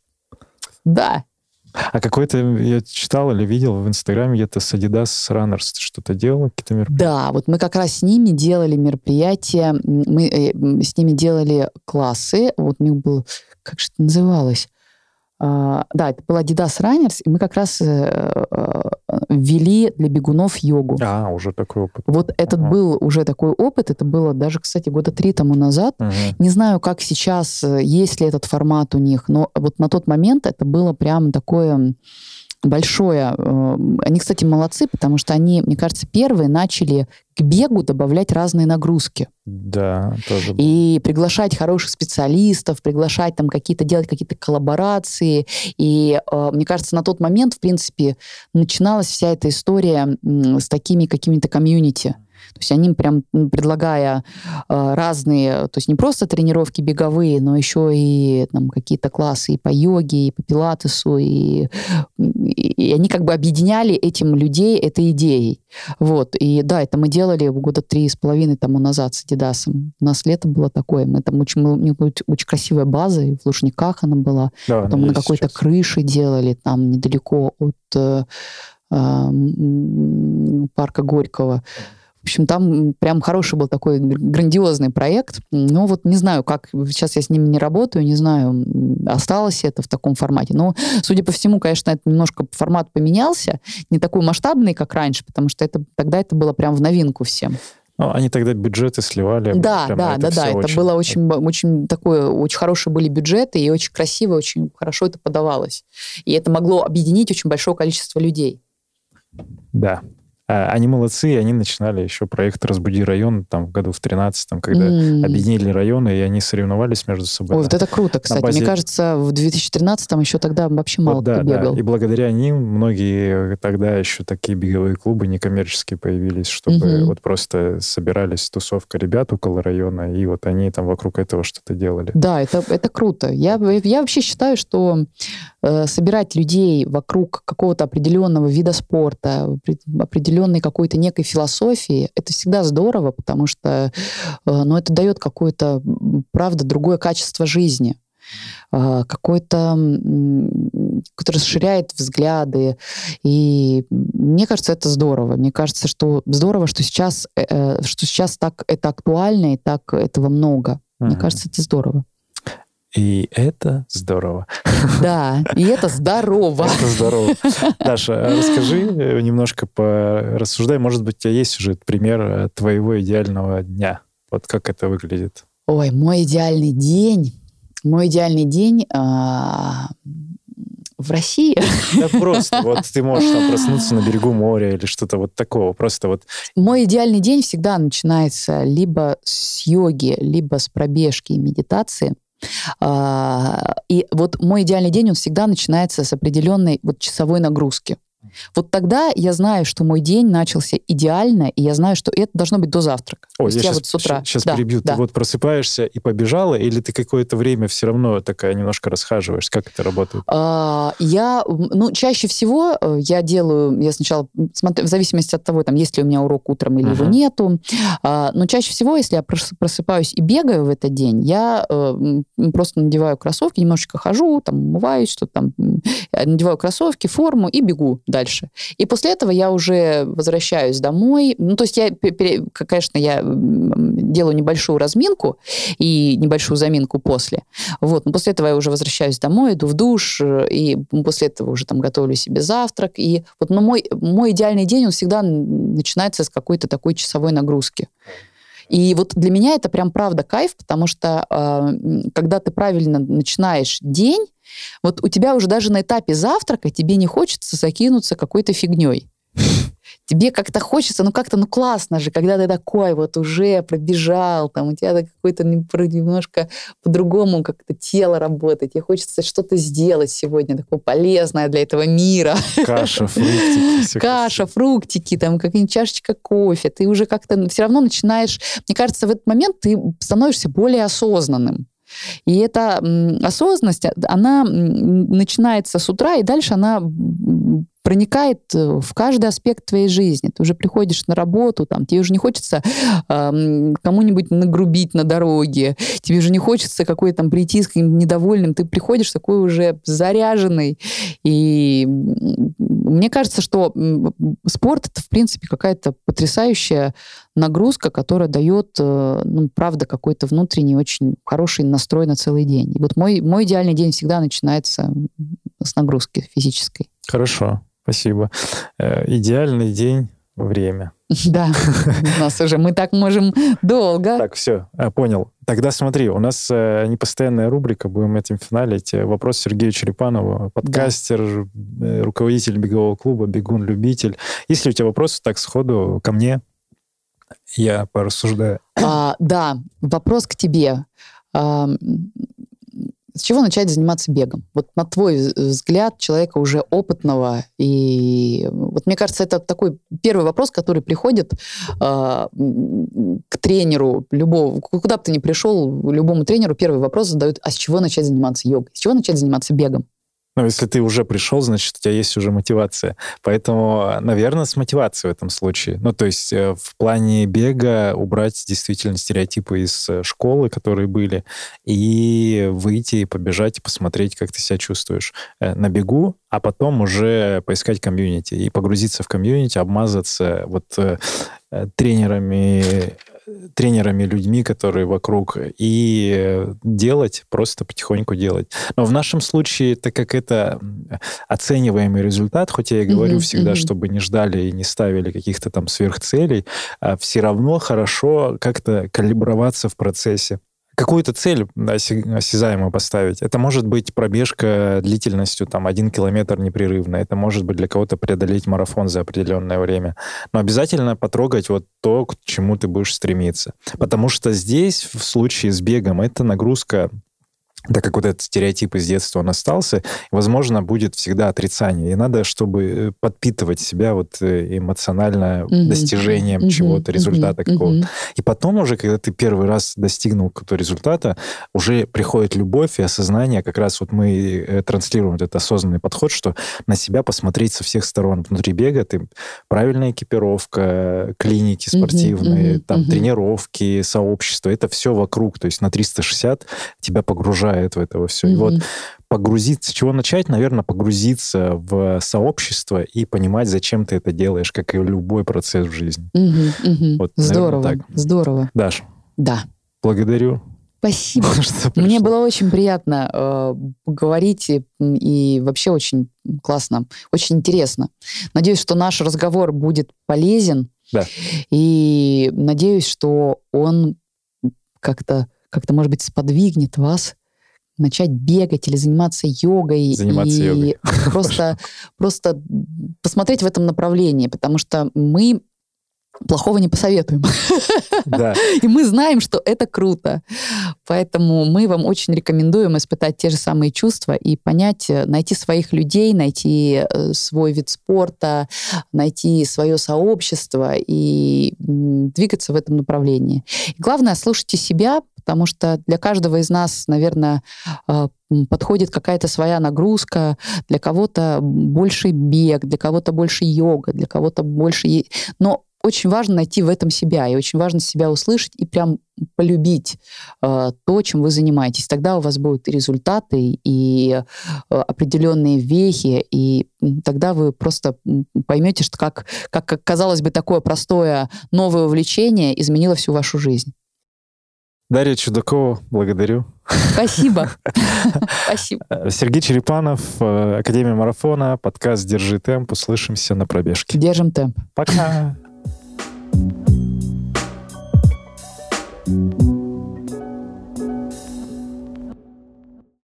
[SPEAKER 3] да.
[SPEAKER 4] А какой-то, я читал или видел в Инстаграме, где-то с Adidas Runners ты что-то делал, какие-то мероприятия?
[SPEAKER 3] Да, вот мы как раз с ними делали мероприятия, мы э, с ними делали классы, вот у них был, как же это называлось? А, да, это был Adidas Runners, и мы как раз э, э, ввели для бегунов йогу.
[SPEAKER 4] А, уже такой опыт.
[SPEAKER 3] Вот этот ага. был уже такой опыт, это было даже, кстати, года три тому назад. Ага. Не знаю, как сейчас, есть ли этот формат у них, но вот на тот момент это было прям такое большое. Они, кстати, молодцы, потому что они, мне кажется, первые начали к бегу добавлять разные нагрузки.
[SPEAKER 4] Да, тоже.
[SPEAKER 3] И приглашать хороших специалистов, приглашать там какие-то, делать какие-то коллаборации. И э, мне кажется, на тот момент, в принципе, начиналась вся эта история с такими какими-то комьюнити. То есть они прям, предлагая э, разные, то есть не просто тренировки беговые, но еще и там, какие-то классы и по йоге, и по пилатесу, и, и, и они как бы объединяли этим людей этой идеей. Вот. И да, это мы делали года три с половиной тому назад с Адидасом. У нас лето было такое. Мы там очень, мы, очень красивая база, и в Лужниках она была. Да, потом мы на какой-то сейчас. крыше делали, там недалеко от э, э, парка Горького. В общем, там прям хороший был такой грандиозный проект. Но вот не знаю, как... Сейчас я с ними не работаю, не знаю, осталось это в таком формате. Но, судя по всему, конечно, это немножко формат поменялся. Не такой масштабный, как раньше, потому что это, тогда это было прям в новинку всем.
[SPEAKER 4] Ну, они тогда бюджеты сливали.
[SPEAKER 3] Да, да, да, да. Это очень... было очень, очень такое... Очень хорошие были бюджеты, и очень красиво, очень хорошо это подавалось. И это могло объединить очень большое количество людей.
[SPEAKER 4] Да. Они молодцы, они начинали еще проект «Разбуди район» там в году в тринадцатом, когда mm. объединили районы, и они соревновались между собой.
[SPEAKER 3] Ой, вот это круто, кстати. Базе... Мне кажется, в две тысячи тринадцатом еще тогда вообще мало вот,
[SPEAKER 4] да,
[SPEAKER 3] кто бегал.
[SPEAKER 4] Да. И благодаря ним многие тогда еще такие беговые клубы некоммерческие появились, чтобы mm-hmm. вот просто собирались тусовка ребят около района, и вот они там вокруг этого что-то делали.
[SPEAKER 3] Да, это, это круто. Я, я вообще считаю, что э, собирать людей вокруг какого-то определенного вида спорта, определенного какой-то некой философии, это всегда здорово, потому что ну, это дает какое-то, правда, другое качество жизни. Какое-то, которое расширяет взгляды. И мне кажется, это здорово. Мне кажется, что здорово, что сейчас, что сейчас так это актуально и так этого много. Мне mm-hmm. кажется, это здорово.
[SPEAKER 4] И это здорово.
[SPEAKER 3] Да, и это здорово.
[SPEAKER 4] Это здорово. Даша, расскажи немножко, порассуждай, может быть, у тебя есть уже пример твоего идеального дня? Вот как это выглядит?
[SPEAKER 3] Ой, мой идеальный день... Мой идеальный день а, в России.
[SPEAKER 4] Да просто, вот ты можешь там проснуться на берегу моря или что-то вот такого, просто вот.
[SPEAKER 3] Мой идеальный день всегда начинается либо с йоги, либо с пробежки и медитации. А, и вот мой идеальный день, он всегда начинается с определенной вот часовой нагрузки. Вот тогда я знаю, что мой день начался идеально, и я знаю, что это должно быть до завтрака.
[SPEAKER 4] Ой, я,
[SPEAKER 3] я
[SPEAKER 4] сейчас,
[SPEAKER 3] вот с утра...
[SPEAKER 4] сейчас
[SPEAKER 3] да,
[SPEAKER 4] перебью.
[SPEAKER 3] Да.
[SPEAKER 4] Ты вот просыпаешься и побежала, или ты какое-то время все равно такая немножко расхаживаешь? Как это работает?
[SPEAKER 3] А, я, ну, чаще всего я делаю, я сначала, смотрю, в зависимости от того, там, есть ли у меня урок утром или uh-huh. его нету, а, но чаще всего, если я просыпаюсь и бегаю в этот день, я а, просто надеваю кроссовки, немножечко хожу, там, умываюсь, что-то там, надеваю кроссовки, форму и бегу дальше. И после этого я уже возвращаюсь домой. Ну, то есть я, конечно, я делаю небольшую разминку и небольшую заминку после. Вот. Но после этого я уже возвращаюсь домой, иду в душ, и после этого уже там готовлю себе завтрак. И вот ну, мой, мой идеальный день, он всегда начинается с какой-то такой часовой нагрузки. И вот для меня это прям правда кайф, потому что э, когда ты правильно начинаешь день, вот у тебя уже даже на этапе завтрака тебе не хочется закинуться какой-то фигней. Тебе как-то хочется, ну как-то, ну классно же, когда ты такой вот уже пробежал, там у тебя какой-то немножко по-другому как-то тело работает, тебе хочется что-то сделать сегодня такое полезное для этого мира.
[SPEAKER 4] Каша, фруктики.
[SPEAKER 3] Каша, фруктики, там какая-нибудь чашечка кофе. Ты уже как-то все равно начинаешь, мне кажется, в этот момент ты становишься более осознанным. И эта осознанность, она начинается с утра, и дальше она проникает в каждый аспект твоей жизни. Ты уже приходишь на работу, там, тебе уже не хочется э, кому-нибудь нагрубить на дороге, тебе уже не хочется какой-то там прийти с каким-то недовольным, ты приходишь такой уже заряженный. И мне кажется, что спорт — это, в принципе, какая-то потрясающая нагрузка, которая дает, ну, правда, какой-то внутренний очень хороший настрой на целый день. И вот мой, мой идеальный день всегда начинается с нагрузки физической.
[SPEAKER 4] Хорошо. Спасибо. Э, идеальный день — время.
[SPEAKER 3] Да, у нас уже, мы так можем долго.
[SPEAKER 4] Так, все, понял. Тогда смотри, у нас э, непостоянная рубрика, будем этим финалить. Вопрос Сергею Черепанову, подкастер, да. руководитель бегового клуба, бегун-любитель. Если у тебя вопросы, так сходу ко мне, я порассуждаю.
[SPEAKER 3] А, да, вопрос к тебе. А, с чего начать заниматься бегом? Вот на твой взгляд, человека уже опытного, и вот мне кажется, это такой первый вопрос, который приходит э, к тренеру любого, куда бы ты ни пришел, любому тренеру первый вопрос задают: а с чего начать заниматься йогой? С чего начать заниматься бегом?
[SPEAKER 4] Ну, если ты уже пришел, значит, у тебя есть уже мотивация. Поэтому, наверное, с мотивацией в этом случае. Ну, то есть в плане бега убрать действительно стереотипы из школы, которые были, и выйти, и побежать, и посмотреть, как ты себя чувствуешь на бегу, а потом уже поискать комьюнити и погрузиться в комьюнити, обмазаться вот тренерами, тренерами, людьми, которые вокруг, и делать, просто потихоньку делать. Но в нашем случае, так как это оцениваемый результат, хоть я и говорю mm-hmm, всегда, mm-hmm. чтобы не ждали и не ставили каких-то там сверхцелей, все равно хорошо как-то калиброваться в процессе. Какую-то цель осязаемую поставить. Это может быть пробежка длительностью там один километр непрерывно. Это может быть для кого-то преодолеть марафон за определенное время. Но обязательно потрогать вот то, к чему ты будешь стремиться. Потому что здесь, в случае с бегом, это нагрузка, так как вот этот стереотип из детства, он остался, возможно, будет всегда отрицание. И надо, чтобы подпитывать себя вот эмоционально mm-hmm. достижением mm-hmm. чего-то, результата mm-hmm. какого-то. И потом уже, когда ты первый раз достигнул какого-то результата, уже приходит любовь и осознание. Как раз вот мы транслируем вот этот осознанный подход, что на себя посмотреть со всех сторон. Внутри бега ты правильная экипировка, клиники спортивные, mm-hmm. там mm-hmm. тренировки, сообщества. Это все вокруг. То есть на триста шестьдесят тебя погружает в это все. Mm-hmm. И вот погрузиться, с чего начать? Наверное, погрузиться в сообщество и понимать, зачем ты это делаешь, как и любой процесс в жизни.
[SPEAKER 3] Mm-hmm. Mm-hmm. Вот, здорово, наверное, так. Здорово.
[SPEAKER 4] Даш,
[SPEAKER 3] да.
[SPEAKER 4] Благодарю.
[SPEAKER 3] Спасибо. Мне было очень приятно э, говорить и, и вообще очень классно, очень интересно. Надеюсь, что наш разговор будет полезен.
[SPEAKER 4] Да.
[SPEAKER 3] И надеюсь, что он как-то, как-то, может быть, сподвигнет вас начать бегать или заниматься йогой.
[SPEAKER 4] Заниматься
[SPEAKER 3] и
[SPEAKER 4] йогой.
[SPEAKER 3] Просто, просто посмотреть в этом направлении, потому что мы плохого не посоветуем.
[SPEAKER 4] Да.
[SPEAKER 3] И мы знаем, что это круто. Поэтому мы вам очень рекомендуем испытать те же самые чувства и понять, найти своих людей, найти свой вид спорта, найти свое сообщество и двигаться в этом направлении. И главное, слушайте себя, потому что для каждого из нас, наверное, подходит какая-то своя нагрузка, для кого-то больше бег, для кого-то больше йога, для кого-то больше... Но очень важно найти в этом себя, и очень важно себя услышать и прям полюбить э, то, чем вы занимаетесь. Тогда у вас будут и результаты, и э, определенные вехи, и тогда вы просто поймете, что как, как, как, казалось бы, такое простое новое увлечение изменило всю вашу жизнь.
[SPEAKER 4] Дарья Чудакова, благодарю.
[SPEAKER 3] Спасибо. Спасибо.
[SPEAKER 4] Сергей Черепанов, Академия марафона, подкаст «Держи темп». Услышимся на пробежке.
[SPEAKER 3] Держим темп.
[SPEAKER 4] Пока.
[SPEAKER 3] Thank you.